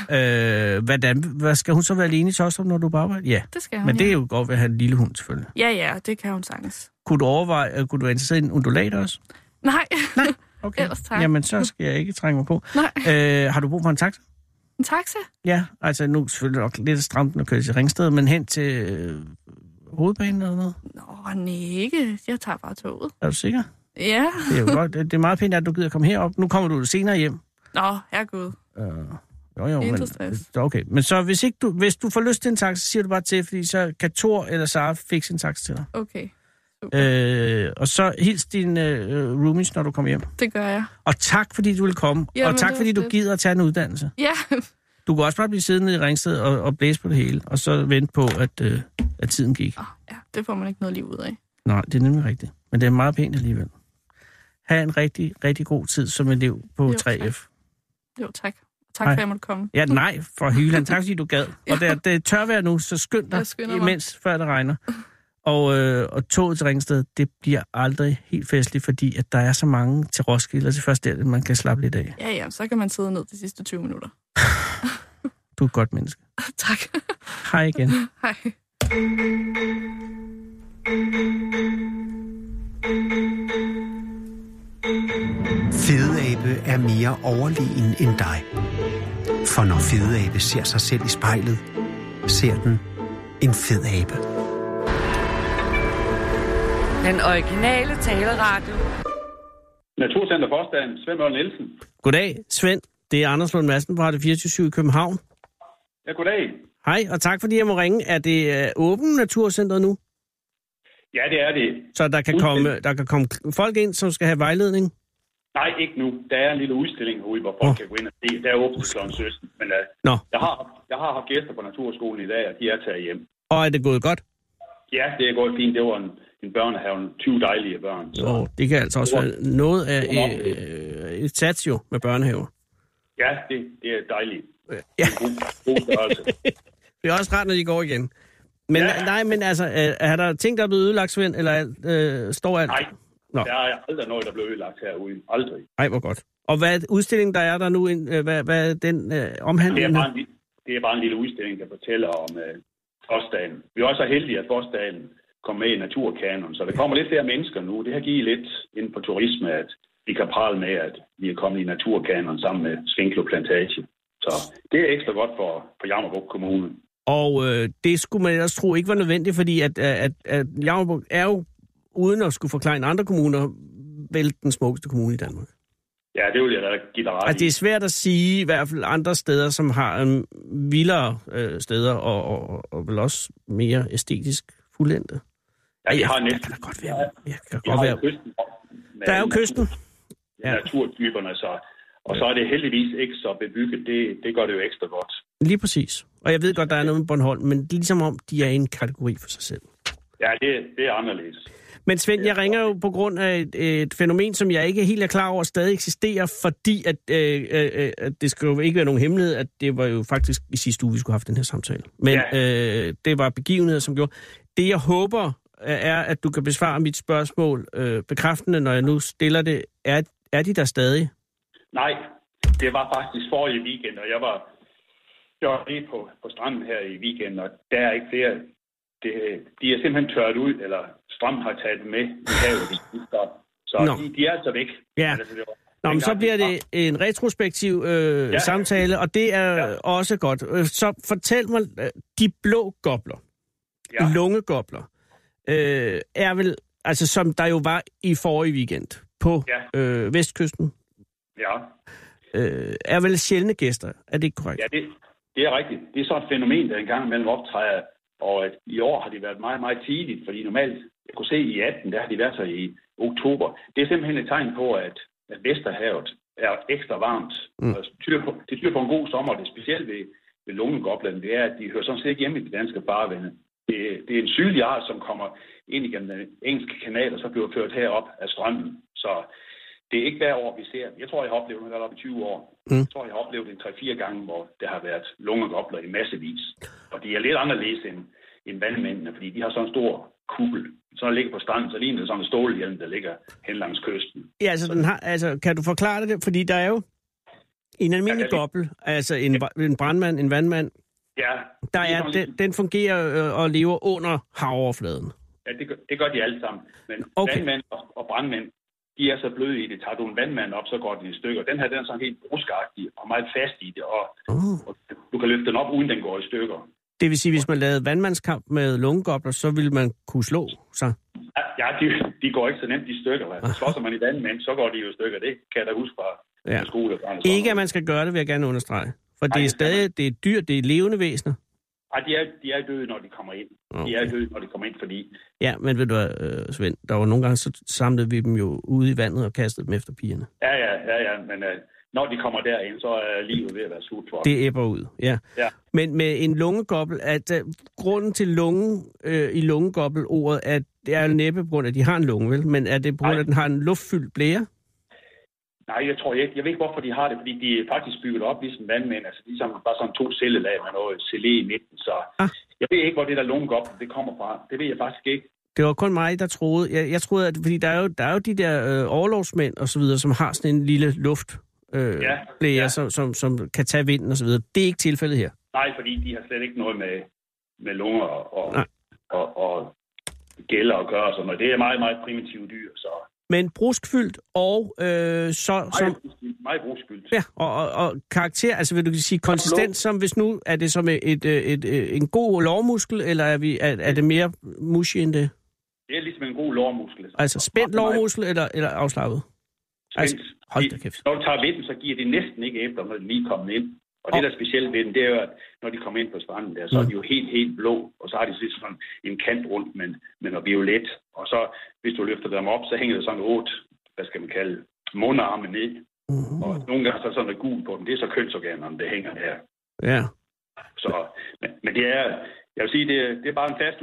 Hvad skal hun så være alene i Tåstrup, når du er på arbejde? Ja, det skal hun. Men det er jo godt ved at have en lille hund, selvfølgelig. Ja, det kan hun sagtens. Kunne du være interesseret i en undulat også? Nej. Okay. Ellers tak. Jamen, så skal jeg ikke trænge mig på. Nej. Har du brug for en taxa? En taxa? Ja, altså nu er det selvfølgelig nok lidt stramt at køre til Ringsted, men hen til hovedbanen eller noget? Nej, ikke. Jeg tager bare toget. Er du sikker? Ja. Det er jo godt. Det er meget pænt, at du gider komme herop. Nu kommer du senere hjem. Nå, herregud. Jo, men, okay. Men så hvis du får lyst til en taxa, så siger du bare til, fordi så kan Thor eller Sara fikse en taxa til dig. Okay. Og så hils dine roomies, når du kommer hjem. Det gør jeg. Og tak, fordi du vil komme. Jamen, og tak, fordi du gider at tage en uddannelse. Ja. Du kan også bare blive siddende i Ringsted og blæse på det hele, og så vente på, at tiden gik. Ja, det får man ikke noget liv ud af. Nej, det er nemlig rigtigt. Men det er meget pænt alligevel. Ha' en rigtig, rigtig god tid som elev på 3F. Jo, tak. Tak for, at jeg måtte komme. Ja, nej, for hylen. Tak, fordi du gad. Og det er tørvejr nu, så skynd dig imens, før det regner. Og toget til Ringsted, det bliver aldrig helt festligt, fordi at der er så mange til Roskilde, og til først der, man kan slappe lidt af. Ja, så kan man sidde ned de sidste 20 minutter. Du er et godt menneske. Tak. Hej igen. Hej. Fedeabe er mere overlegen end dig. For når fedeabe ser sig selv i spejlet, ser den en fed abe. Den originale taleradio. Naturcenter Forstaden, Svend Møller Nielsen. Goddag, Svend. Det er Anders Lund Madsen på Radio 24 i København. Ja, goddag. Hej, og tak fordi jeg må ringe. Er det åbent Naturcenteret nu? Ja, det er det. Så der kan komme folk ind, som skal have vejledning? Nej, ikke nu. Der er en lille udstilling herude, hvor folk kan gå ind og se. Der er åbent kl. 17. Men jeg har haft gæster på Naturskolen i dag, og de er taget hjem. Og er det gået godt? Ja, det er gået fint. Det var en børnehave, 20 dejlige børn. Så. Det kan altså også være noget af et sats jo med børnehaver. Ja, det er dejligt. Ja. God størrelse. Det er også rart, når de går igen. Men nej, men altså, er der ting, der er blevet ødelagt, Svend, eller står alt? Nej, der er aldrig noget, der blev ødelagt herude. Aldrig. Nej, hvor godt. Og hvad er udstillingen, der er der nu, hvad er den omhandler? Det er bare en lille udstilling, der fortæller om Forstaden. Vi er også så heldige, at Forstaden kom med i Naturkanon, så der kommer lidt flere mennesker nu. Det har givet lidt inden for turisme, at vi kan prale med, at vi er kommet i Naturkanon sammen med Svinklo Plantage. Så det er ekstra godt for Jammerbugt Kommune. Og det skulle man ellers tro ikke var nødvendigt, fordi at Jammerbugt er jo, uden at skulle forklare andre kommuner, vel den smukkeste kommune i Danmark. Ja, det vil jeg da give dig ret i. Altså, det er svært at sige, i hvert fald andre steder, som har vildere steder, og vel også mere æstetisk fuldendte. Ja, jeg har næsten. Det kan godt være. Kysten. Der er jo kysten. Naturtyperne, og så er det heldigvis ikke så bebygget. Det gør det jo ekstra godt. Lige præcis. Og jeg ved godt, der er noget med Bornholm, men det er ligesom om, de er i en kategori for sig selv. Ja, det er anderledes. Men Svend, jeg ringer jo på grund af et fænomen, som jeg ikke helt er klar over stadig eksisterer, fordi at det skal jo ikke være nogen hemmelighed, at det var jo faktisk i sidste uge, vi skulle have haft den her samtale. Men det var begivenheder, som gjorde. Det jeg håber er, at du kan besvare mit spørgsmål bekræftende, når jeg nu stiller det. Er de der stadig? Nej, det var faktisk forrige weekend, og jeg var lige på stranden her i weekenden, og der er ikke flere. De er simpelthen tørret ud, eller strømmen har taget dem med i havet. Så de er altså væk. Ja. Nå, men så bliver det en retrospektiv samtale, og det er også godt. Så fortæl mig, de blå gobler, lungegobler, er vel, altså som der jo var i forrige weekend på vestkysten, er vel sjældne gæster. Er det ikke korrekt? Ja, det er rigtigt. Det er så et fænomen, der engang imellem optræder, og at i år har de været meget, meget tidligt, fordi normalt, jeg kunne se i 18, der har de været så i oktober. Det er simpelthen et tegn på, at Vesterhavet er ekstra varmt. Det tyder på en god sommer. Det specielt ved lungegoblen, det er, at de hører sådan set ikke hjemme i de danske farvande. Det er en sydlig art, som kommer ind igennem den engelske kanal, og så bliver ført herop af strømmen. Så det er ikke hver år, vi ser. Jeg tror, jeg har oplevet det op i 20 år. Jeg tror, jeg har oplevet det 3-4 gange, hvor der har været lungegobler i massevis. Og de er lidt anderledes end vandmændene, fordi de har sådan en stor kuppel. Så der ligger på stranden, så ligner det sådan en stålhjelm, der ligger hen langs kysten. Ja, altså, kan du forklare det? Fordi der er jo en almindelig gobbel, altså en brandmand, en vandmand. Ja. Den fungerer og lever under havoverfladen. Ja, det gør de alle sammen. Men vandmænd og brandmænd, de er så bløde i det. Tager du en vandmand op, så går den i stykker. Den her, den er sådan helt bruskagtig og meget fast i det, og du kan løfte den op, uden den går i stykker. Det vil sige, hvis man lavede vandmandskamp med lungegobler, så ville man kunne slå sig? Ja, de går ikke så nemt i stykker. Slås man i vandmænd, så går de jo i stykker. Det kan jeg da huske fra skole. Ikke at man skal gøre det, vil jeg gerne understrege. For det er stadig, det er dyr, det er levende væsener. Ej, de er døde, når de kommer ind. De er døde, når de kommer ind, fordi... Ja, men ved du hvad, Svend, der var nogle gange, så samlede vi dem jo ude i vandet og kastede dem efter pigerne. Ja, men når de kommer derind, så er livet ved at være surt for dem. Det æbber ud, ja. Men med en lungegobbel, at grunden til lunge i lungegobbel-ordet, at det er jo næppe på grund af, at de har en lunge, vel? Men er det på grund af, at den har en luftfyldt blære? Nej, jeg tror ikke. Jeg ved ikke, hvorfor de har det, fordi de er faktisk bygget op ligesom vandmænd. Altså, de er bare sådan 2 cellelag med noget gelé i midten. Så jeg ved ikke, hvor det der lungegobbel, det kommer fra. Det ved jeg faktisk ikke. Det var kun mig, der troede. Jeg troede, at fordi der er jo de der orlogsmænd og så videre, som har sådan en lille luftblære, som kan tage vinden og så videre. Det er ikke tilfældet her. Nej, fordi de har slet ikke noget med lunger og gælder at gøre. Så det er meget, meget primitive dyr, så... Men bruskfyldt og meget bruskfyldt. Ja, og karakter, altså vil du sige konsistens, som hvis nu, er det som en god lårmuskel, eller er det mere mushy end det? Det er ligesom en god lårmuskel. Altså spændt lårmuskel eller afslappet? Spændt. Altså, hold da kæft. Når du tager ved den, så giver det næsten ikke æbler, når den lige kommer ind. Og det, der er specielt ved den, det er jo, at når de kommer ind på stranden der, så er de jo helt blå, og så har de sådan en kant rundt med noget violet. Og så, hvis du løfter dem op, så hænger der sådan 8, hvad skal man kalde, mundarme ned. Og nogle gange så er sådan noget gul på dem. Det er så kønsorganerne, der hænger der. Ja. Så, men det er, jeg vil sige, det er bare en fast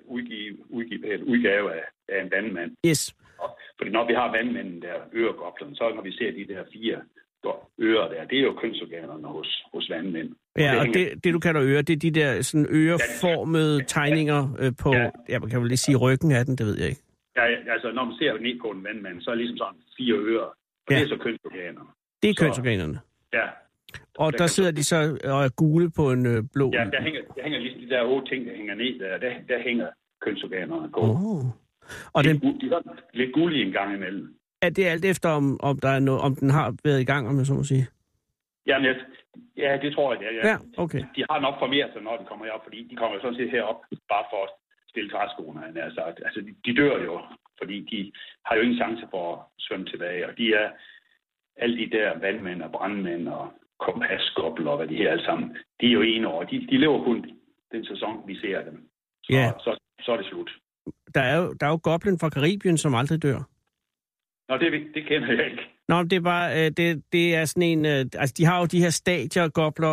udgave af en vandmand. Yes. Fordi når vi har vandmanden der, øregoblerne, så når vi ser de der 4 ører der, det er jo kønsorganerne hos vandmænd. Ja, og det du kalder ører, det er de der sådan øreformede tegninger på, jeg kan vel lige sige ryggen af den, det ved jeg ikke. Ja, altså når man ser ned på en vandmand, så er det ligesom sådan 4 ører, og det er så kønsorganerne. Det er kønsorganerne? Ja. Og der sidder de så og er gule på en blå... Ja, der hænger ligesom de der 8 ting, der hænger ned, der hænger kønsorganerne på. Og de er lidt gule en gang imellem. Er det alt efter, om der er noget, om den har været i gang, om jeg så må sige? Jamen, ja, det tror jeg, det er. Ja, okay. De har nok formeret sig, når de kommer herop, fordi de kommer sådan set herop bare for at stille træskoene. Altså, de dør jo, fordi de har jo ingen chance for at svømme tilbage. Og de er alle de der vandmænd og brandmænd og kompassgobler og hvad de her alle sammen. De er jo ene år. De lever kun den sæson, vi ser dem. Så er det slut. Der er jo goblen fra Karibien, som aldrig dør. Nå, det kender jeg ikke. Nå, det er bare, det er sådan en, altså de har jo de her stadier-gobler,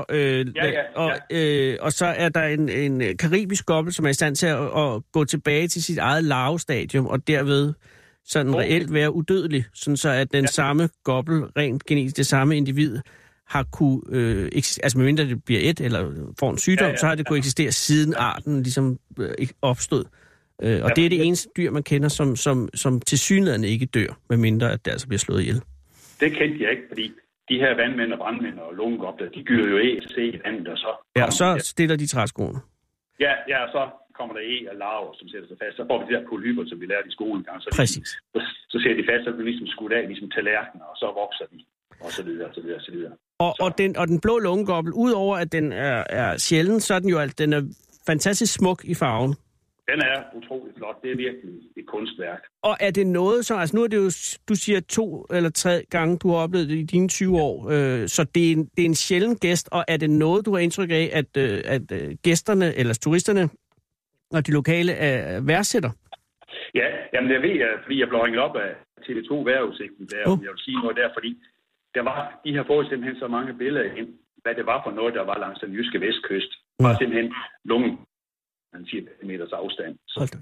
og så er der en karibisk gobbel, som er i stand til at gå tilbage til sit eget larvestadium, og derved sådan reelt være udødelig, sådan så at den samme gobbel, rent genetisk det samme individ, har kunne, altså medmindre det bliver eller får en sygdom, så har det kunne eksistere siden arten ligesom opstod. Og det er det eneste dyr, man kender, som tilsyneladende ikke dør, medmindre at det altså bliver slået ihjel. Det kendte jeg ikke, fordi de her vandmænd og brandmænd og lungegopler, de gyder jo til i vandet, og så... Ja, så stiller de træskoene. Ja, så kommer der og larver, som sætter sig fast. Så får vi de der polypper, som vi lærte i skolen engang. Præcis. Så ser de fast, så bliver ligesom skudt af, ligesom tallerkener, og så vokser de, og så videre, og så videre, og så videre. Og den blå lungegobbel, udover at den er sjælden, så er den jo den er fantastisk smuk i farven. Den er utrolig flot. Det er virkelig et kunstværk. Og er det noget, så... Altså nu er det jo, du siger 2 eller 3 gange, du har oplevet det i dine 20 år. Så det er en sjælden gæst, og er det noget, du har indtryk af, at gæsterne eller turisterne og de lokale værdsætter? Ja, jamen det ved jeg, fordi jeg blev ringet op af TV2 vejrudsigten der. Jeg vil sige noget der, fordi de har fået simpelthen så mange billeder ind, hvad det var for noget, der var langs den jyske vestkyst. Det var simpelthen lungen. 10 meters afstand.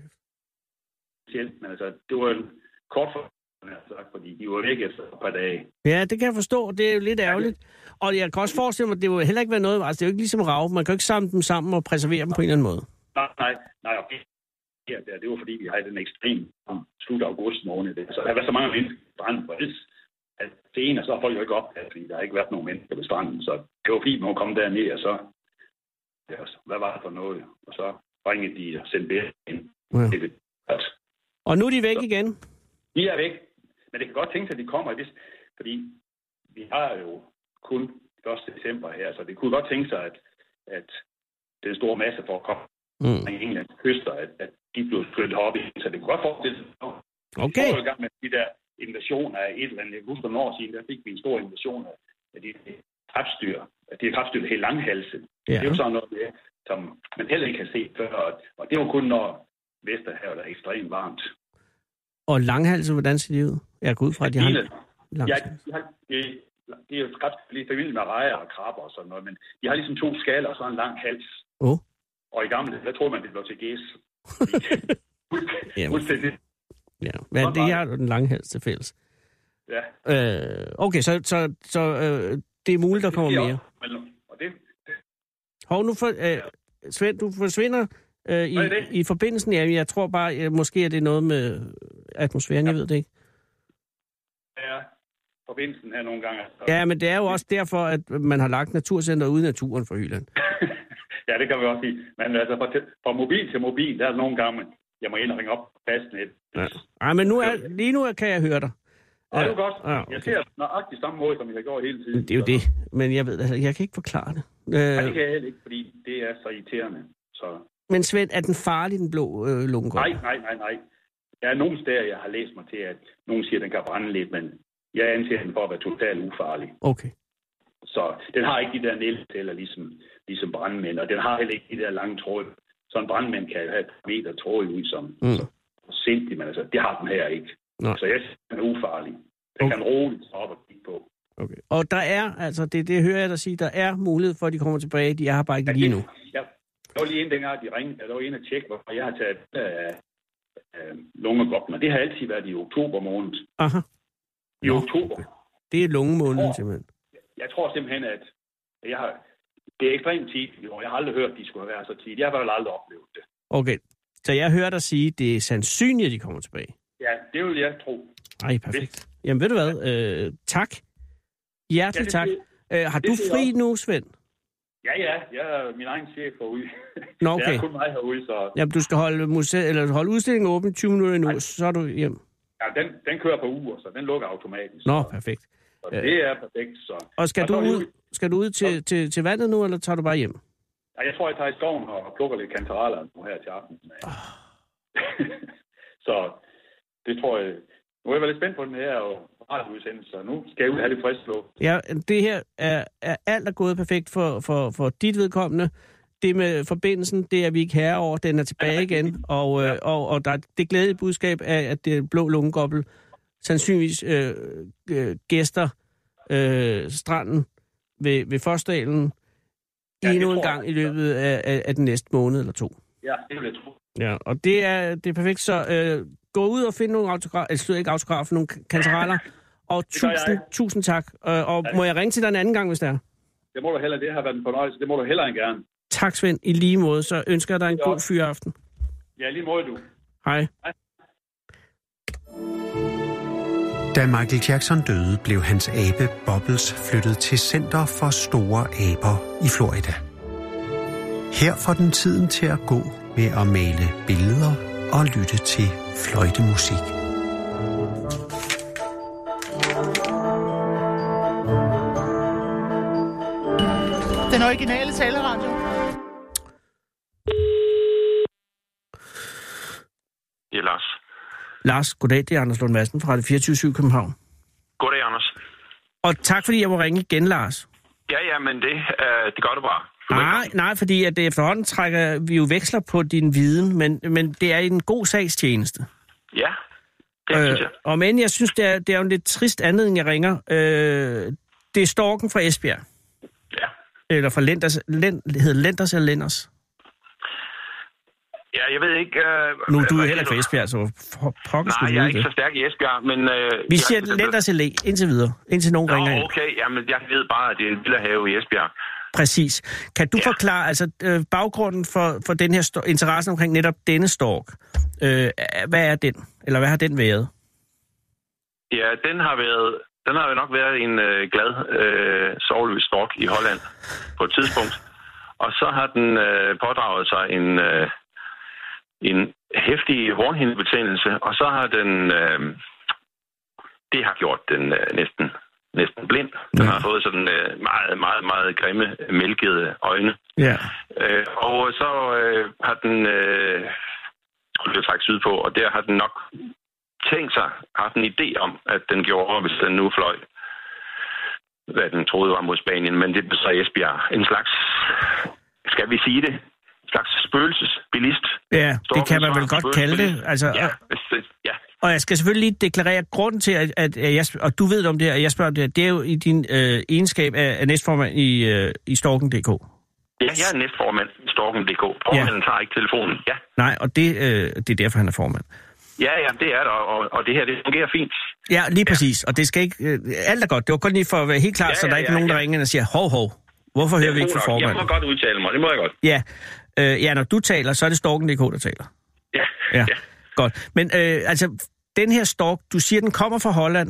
Men altså, det var en kort fordi de var væk efter et par dage. Ja, det kan jeg forstå. Det er jo lidt ærgerligt. Og jeg kan også forestille mig, at det vil heller ikke være noget... Altså, det er jo ikke ligesom rav. Man kan jo ikke samle dem sammen og preservere dem på en eller anden måde. Nej, okay. Ja, det var fordi, vi havde den ekstrem slut af august måned. Så der var så mange mennesker på stranden på Hils. At det ene, så har folk jo ikke opdaget, fordi der har ikke været nogen mennesker på stranden. Så det var fordi, man kom derned, og så... Ja, hvad var det for noget? Og så ringede de og sendte billeder ind. Ja. Og nu er de væk igen? De er væk. Men det kan godt tænke sig, at de kommer. Fordi vi har jo kun 1. december her, så det kunne godt tænke sig, at det er en stor masse for at komme i England kyster, at de blev flyttet op i. Så det kunne godt forestille sig. Okay. Vi får jo i gang med de der invasioner af et eller andet. Jeg kan huske, nogle år siden, der fik vi en stor invasion af de krebsdyr. At de er krebsdyr helt langhalse. Ja. Det er jo sådan noget, som man heller ikke kan se før. Og det er jo kun, når Vesterhavet er ekstremt varmt. Og langhalse, hvordan ser de ud? Jeg går ud fra, at de har det er jo krebsdyr familie med rejer og krabber og sådan noget, men de har ligesom 2 skaller og så en lang hals. Og i gamle, der tror man, det blev til gæs. Ja, men det har jo den lange hals til fælles. Ja. Okay, så det er muligt, der kommer mere. Og det. Hov, nu Svend, du forsvinder i forbindelsen. Ja, jeg tror bare, måske er det noget med atmosfæren, jeg ved det ikke. Ja, forbindelsen her nogle gange. Ja, men det er jo også derfor, at man har lagt naturcenter ude i naturen for Jylland. Ja, det kan vi også sige. Men altså, fra mobil til mobil, der er nogle gange, jeg må ind og ringe op på fastnet. Ja, men lige nu kan jeg høre dig. Ja, det er godt. Okay. Jeg ser nøjagtigt samme måde, som jeg har gjort hele tiden. Det er jo det, men jeg ved, altså, jeg kan ikke forklare det. Nej, det kan jeg heller ikke, fordi det er så irriterende. Så... Men Svend, er den farlig, den blå lungegobbel? Nej. Der er nogle steder, jeg har læst mig til, at nogen siger, at den kan brænde lidt, men jeg anser den for at være totalt ufarlig. Okay. Så den har ikke de der nældtæller, ligesom brandmænd, og den har heller ikke de der lange tråde. Så en brandmænd kan have et meter tråd ud som sindssygt, men altså, det har den her ikke. Nå. Så jeg synes, den er ufarlig. Den kan roligt op og kigge på. Okay. Og der er, altså det hører jeg dig sige, der er mulighed for, at de kommer tilbage. De er her bare ikke lige nu. Ja, der var lige en dengang, de ringede. Der var en at tjekke, hvor jeg har taget lungegopler. Det har altid været i oktober måned. Aha. I oktober. Det er lungemåneden simpelthen. Jeg tror simpelthen, at det er ekstremt tit. Jeg har aldrig hørt, at de skulle have været så tit. Jeg har vel aldrig oplevet det. Okay, så jeg hører dig sige, at det er sandsynligt, at de kommer tilbage. Ja, det vil jeg tro. Ej, perfekt. Jamen ved du hvad, tak. Hjertelig tak. Har du fri nu, Svend? Ja, jeg er min egen chef herude. Nå, okay. Det er kun mig herude, så... Jamen, du skal holde udstillingen åben i 20 minutter endnu, så er du hjem. Ja, den kører på uger, så den lukker automatisk. Nå, perfekt. Så det er perfekt, så... Og skal du ud til vandet nu, eller tager du bare hjem? Ja, jeg tror, jeg tager i skoven og plukker lidt kantareller nu her til aften. Så det tror jeg... Nu er jeg lidt spændt på den her radioudsendelse, så nu skal jeg ud og have det frisk luft. Ja, det her er alt er gået perfekt for dit vedkommende. Det med forbindelsen, det er vi ikke herre over. Den er tilbage igen, og der er det glædelige budskab af, at det blå lungegobbel sandsynligvis gæster stranden ved Forsdalen endnu en gang i løbet af den næste måned eller 2. Ja, det vil jeg tro. Ja, og det er perfekt, så gå ud og finde nogle autografer, nogle kantareller, og tusind tak. Og må jeg ringe til dig en anden gang, hvis det er? Det må du heller, det har været en fornøjelse. Det må du heller gerne. Tak, Svend. I lige måde, så ønsker jeg dig en god fyraften. Ja, lige måde du. Hej. Da Michael Jackson døde, blev hans abe Bubbles flyttet til Center for Store Aber i Florida. Her får den tiden til at gå med at male billeder og lytte til fløjtemusik. Den originale taleradio. Det er Lars. Lars, goddag, det er Anders Lund Madsen fra Radio 24/7 København. Goddag, Anders. Og tak, fordi jeg må ringe igen, Lars. Ja, men det gør du bare. Nej, fordi at efterhånden trækker vi jo veksler på din viden, men det er en god sagstjeneste. Ja, det synes jeg. Og men jeg synes, det er jo en lidt trist anledning, jeg ringer. Det er Storken fra Esbjerg. Ja. Eller fra Lenders, hedder Lenders eller Lenders? Ja, jeg ved ikke... Nu du er heller ikke fra Esbjerg, så pokker skulle Nej, jeg er ikke så stærk i Esbjerg, men... Vi siger Lenders Allé indtil videre, indtil nogen ringer ind. Okay, jamen jeg ved bare, at det er en villahave i Esbjerg. Præcis. Kan du forklare, altså baggrunden for den her interesse omkring netop denne stork? Hvad er den? Eller hvad har den været? Ja, den har jo nok været en glad sovløs stork i Holland på et tidspunkt. Og så har den pådraget sig en heftig hornhindebetændelse, og så har den... det har gjort den næsten blind. Den har fået sådan meget, meget, meget grimme, mælkede øjne. Ja. Og så har den skulle trække sydpå, og der har den nok tænkt sig, haft en idé om, at den gjorde, hvis den nu fløj, hvad den troede var mod Spanien, men det blev så Esbjerg. En slags, skal vi sige det, en slags spøgelsesbilist. Ja, det kan man vel godt kalde det. Altså, ja. Og jeg skal selvfølgelig lige deklarere grunden til, at jeg, og du ved om det her, og jeg spørger om det her, det er jo i din egenskab af næstformand i Storken.dk. Ja, jeg er næstformand i Storken.dk. Formanden tager ikke telefonen, ja. Nej, og det er derfor, han er formand. Ja, det er der, og det her, det fungerer fint. Ja, lige præcis, og det skal ikke... alt er godt, det var kun lige for at være helt klart, så der er ikke nogen, der ringer ind og siger, hov, hvorfor hører vi ikke fra formanden? Jeg må godt udtale mig, det må jeg godt. Ja, når du taler, så er det Storken.dk, der taler. Ja. Godt, men altså, den her stork, du siger, den kommer fra Holland,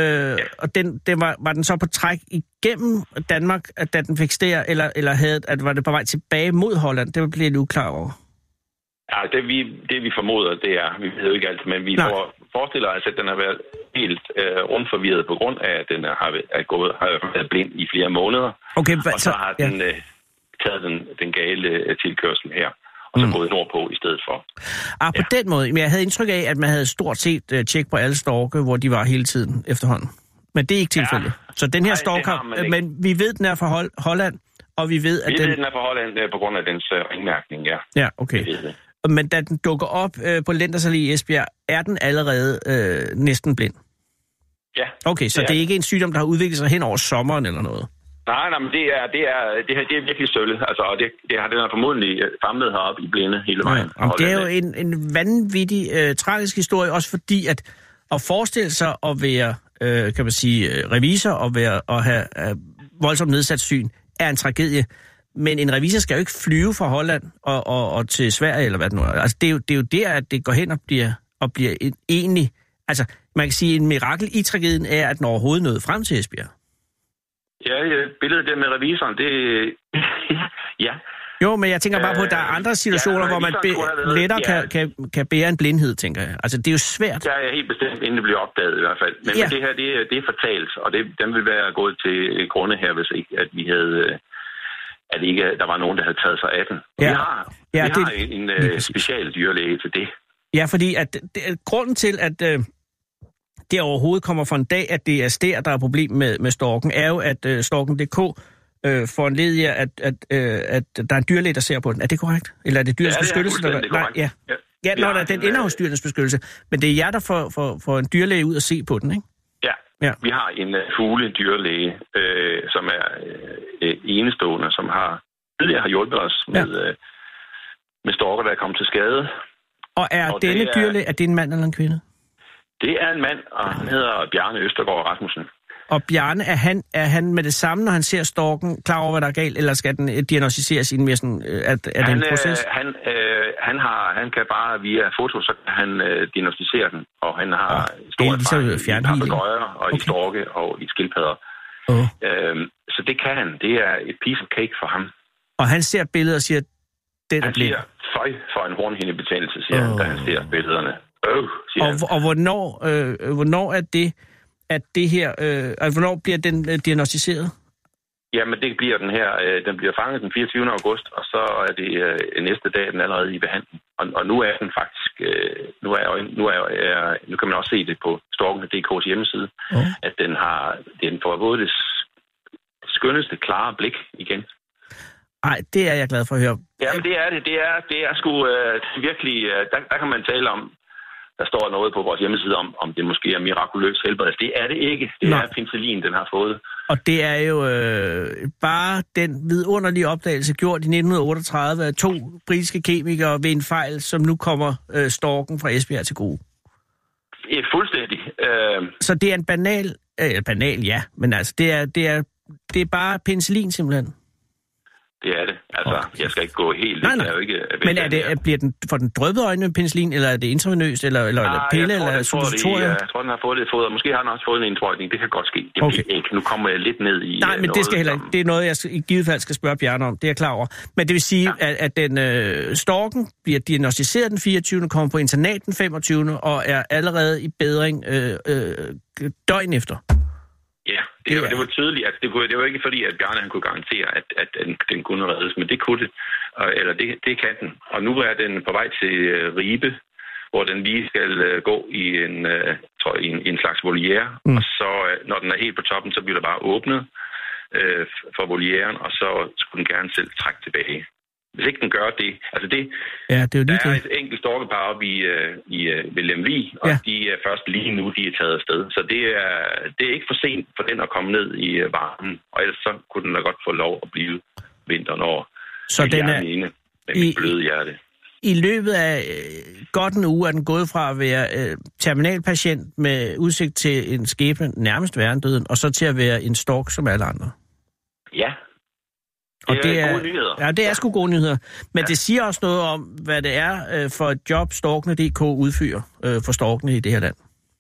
og den var den så på træk igennem Danmark, da den fik stær, eller var det på vej tilbage mod Holland? Det bliver lidt uklar over. Ja, det vi formoder, det er, vi ved jo ikke alt, men vi forestiller os, at den har været helt rundforvirret på grund af, at den har været blind i flere måneder. Okay, og så har den taget den gale tilkørsel her, og så gået nordpå i stedet for. På den måde. Men jeg havde indtryk af, at man havde stort set tjek på alle storke, hvor de var hele tiden efterhånden. Men det er ikke tilfældet. Så den her stork har... Men vi ved, den er fra Holland, og vi ved, at den er fra Holland på grund af dens ringmærkning, ja. Ja, okay. Men da den dukker op på Lenders Allé i Esbjerg, er den allerede næsten blind? Ja. Okay, så det er ikke en sygdom, der har udviklet sig hen over sommeren eller noget? Nej, men det er virkelig støllet. Altså, og det har den formodentlig famlet heroppe i blinde hele vejen. Ja, det er jo en vanvittig tragisk historie, også fordi at forestille sig at være, kan man sige, revisor og have voldsomt nedsat syn, er en tragedie. Men en revisor skal jo ikke flyve fra Holland og til Sverige, eller hvad det nu er. Altså, det er jo der, at det går hen og bliver en egentlig... Altså, man kan sige, en mirakel i tragedien er, at den overhovedet nåede frem til Esbjerg. Ja, billedet der med revisoren, det... ja. Jo, men jeg tænker bare på, at der er andre situationer, hvor man lettere kan bære en blindhed, tænker jeg. Altså, det er jo svært. Ja, jeg er helt bestemt, inden det bliver opdaget i hvert fald. Men det her, det er fortalt, og den vil være gået til grunde her, hvis ikke, at vi havde... at ikke der var nogen, der havde taget sig af den. Ja. Vi har en special dyrlæge til det. Ja, fordi grunden til, at det overhovedet kommer fra en dag, at det er stær, der er problem med storken, er jo, at Storken.dk foranlediger, at der er en dyrlæge, der ser på den. Er det korrekt? Eller er det Dyrenes Beskyttelse? Det er korrekt. Ja, når den ender hos Dyrenes Beskyttelse. Men det er jer, der får en dyrlæge ud og se på den, ikke? Ja. Vi har en fugle-dyrlæge, som er enestående, som tidligere har hjulpet os med storker, der er kommet til skade. Og denne dyrlæge, er det en mand eller en kvinde? Det er en mand, og han hedder Bjarne Østergaard Rasmussen. Og Bjarne, er han med det samme, når han ser storken, klar over, hvad der er galt, eller skal den diagnostiseres i en mere sådan, er det en proces? Han kan bare via foto, så kan han diagnostisere den, og han har stor erfaring i papegøjer og i storke og i skildpadder. Så det kan han. Det er et piece of cake for ham. Og han ser billeder og siger, den er blind. Han siger, føj for en hornhindebetændelse, siger han, da han ser billederne. Og hvornår er det her, hvornår bliver den diagnostiseret? Jamen, det bliver den bliver fanget den 24. august, og så er det næste dag, den allerede i behandling. Og nu er den faktisk, nu kan man også se det på storken.dk's hjemmeside, at den får både det skønneste, klare blik igen. Nej, det er jeg glad for at høre. Jamen, det er det. Det er sgu virkelig, der kan man tale om, der står noget på vores hjemmeside om det måske er mirakuløs helbredelse. Det er det ikke. Det er penicillin, den har fået. Og det er jo bare den vidunderlige opdagelse gjort i 1938 af 2 britiske kemikere ved en fejl, som nu kommer storken fra Esbjerg til gode. Fuldstændig. Så det er en banal, ja, men altså det er bare penicillin simpelthen. Det er det. Altså, jeg skal ikke gå helt... Nej. Jeg jo ikke, men får den drøbet øjne med penicillin, eller er det intravenøst, eller pille, eller suppositorium? Jeg tror, den har fået det foder. Måske har den også fået en indsprøjtning. Det kan godt ske. Det bliver ikke. Nu kommer jeg lidt ned i... Nej, men det skal heller ikke. Det er noget, jeg i givet fald skal spørge Bjarne om. Det er jeg klar over. Men det vil sige, at den storken bliver diagnostiseret den 24. kommer på internat den 25. og er allerede i bedring døgn efter. Ja, det var tydeligt. Altså, det var ikke fordi, at Bjarne han kunne garantere, at den kunne reddes, men det kunne det. Eller det kan den. Og nu er den på vej til Ribe, hvor den lige skal gå i en slags voliere. Og så, når den er helt på toppen, så bliver der bare åbnet for volieren, og så skulle den gerne selv trække tilbage. Hvis ikke den gør det, altså det... Ja, det er jo der er et enkelt storkepar oppe ved Lemvig, og de er først lige nu, de er taget afsted. Så det er ikke for sent for den at komme ned i varmen, og ellers så kunne den da godt få lov at blive vinteren over. Så den er med mit bløde hjerte. I løbet af godt en uge er den gået fra at være terminalpatient med udsigt til en skæbne nærmest værre end døden, og så til at være en stork som alle andre. Ja. Det er gode nyheder. Ja, det er sgu gode nyheder. Men det siger også noget om, hvad det er for et job, Storkene.dk udfører for storkene i det her land.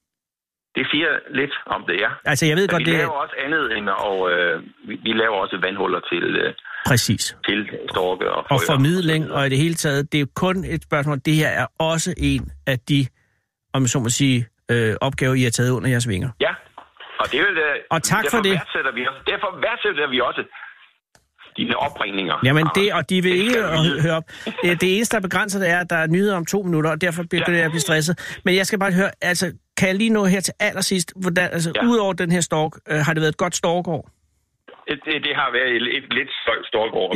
Det siger lidt om det, ja. Altså, jeg ved godt, vi laver også andet end, og vi laver også vandhuller til... Præcis. Til storke og frøer. Og formidling, og i det hele taget, det er jo kun et spørgsmål. Det her er også en af de, om så må sige, opgaver, I har taget under jeres vinger. Ja, og det er vel... Og tak for det. Derfor værdsætter vi også dine opringninger. Jamen det, og de vil ikke høre op. Det eneste, der begrænser det er, at der er nyheder om 2 minutter, og derfor bliver jeg blive stresset. Men jeg skal bare høre, altså, kan jeg lige nå her til allersidst, hvordan, altså, udover den her stork, har det været et godt storkår? Det har været et lidt sløjt storkår.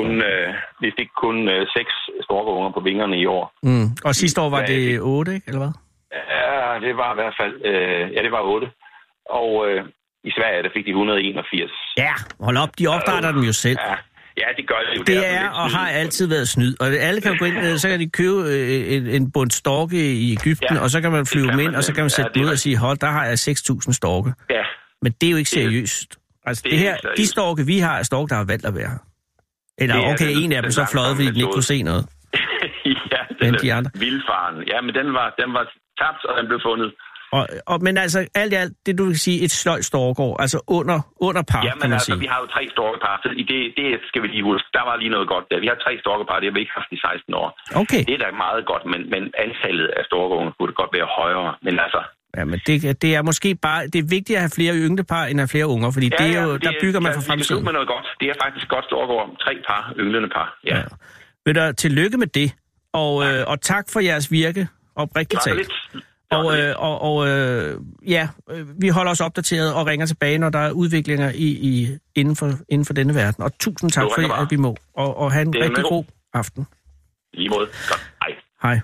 Vi fik kun 6 storkeunger på vingerne i år. Og sidste år var det 8, ikke? Eller hvad? Ja, det var i hvert fald... det var 8. Og... I Sverige, der fik de 181. Ja, hold op, de opdrætter dem jo selv. Ja, det gør det jo. Det er og har altid været snyd. Og alle kan jo gå ind, så kan de købe en bund storke i Egypten, og så kan man flyve dem ind, og så kan man sætte dem ud og sige, hold, der har jeg 6.000 storke. Ja. Men det er jo ikke seriøst. Altså det her, de storke, vi har, er storke, der har valgt at være her. Eller okay, en af dem så fløjet, fordi den ikke kunne se noget. Ja, den vildfaren. Ja, men den var tabt, og den blev fundet. Men altså, alt i alt, det du vil sige, et sløjt storkår, altså under par, kan man sige. Vi har jo 3 storkepar, så det skal vi lige huske. Der var lige noget godt der. Vi har 3 storkepar, det har vi ikke haft i 16 år. Okay. Det er da meget godt, men antallet af storkeunger kunne godt være højere, men altså... Ja, men det er måske bare... Det er vigtigt at have flere ynglepar, end at have flere unger, fordi det er jo, der bygger man for fremtiden. Det er noget godt. Det er faktisk godt storkår. 3 par, ynglende par, ja. Ved du, tillykke med det, og tak for jeres virke, oprigtigt talt. Vi holder os opdateret og ringer tilbage, når der er udviklinger inden for denne verden. Og tusind tak for, at vi må. Og have en rigtig god aften. Lige måde. Hej.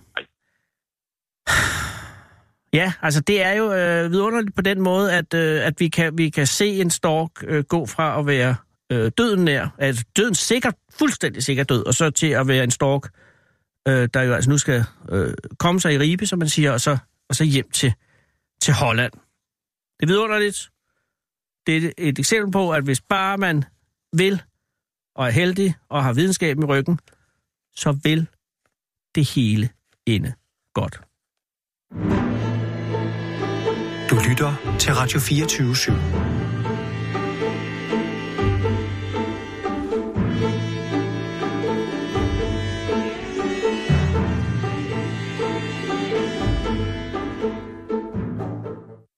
Ja, altså det er jo vidunderligt på den måde, at vi kan se en stork gå fra at være døden nær, altså døden sikkert, fuldstændig sikkert død, og så til at være en stork, der jo altså nu skal komme sig i Ribe, som man siger, og så hjem til Holland. Det er vidunderligt. Det er et eksempel på, at hvis bare man vil, og er heldig, og har videnskaben i ryggen, så vil det hele ende godt. Du lytter til Radio 24/7.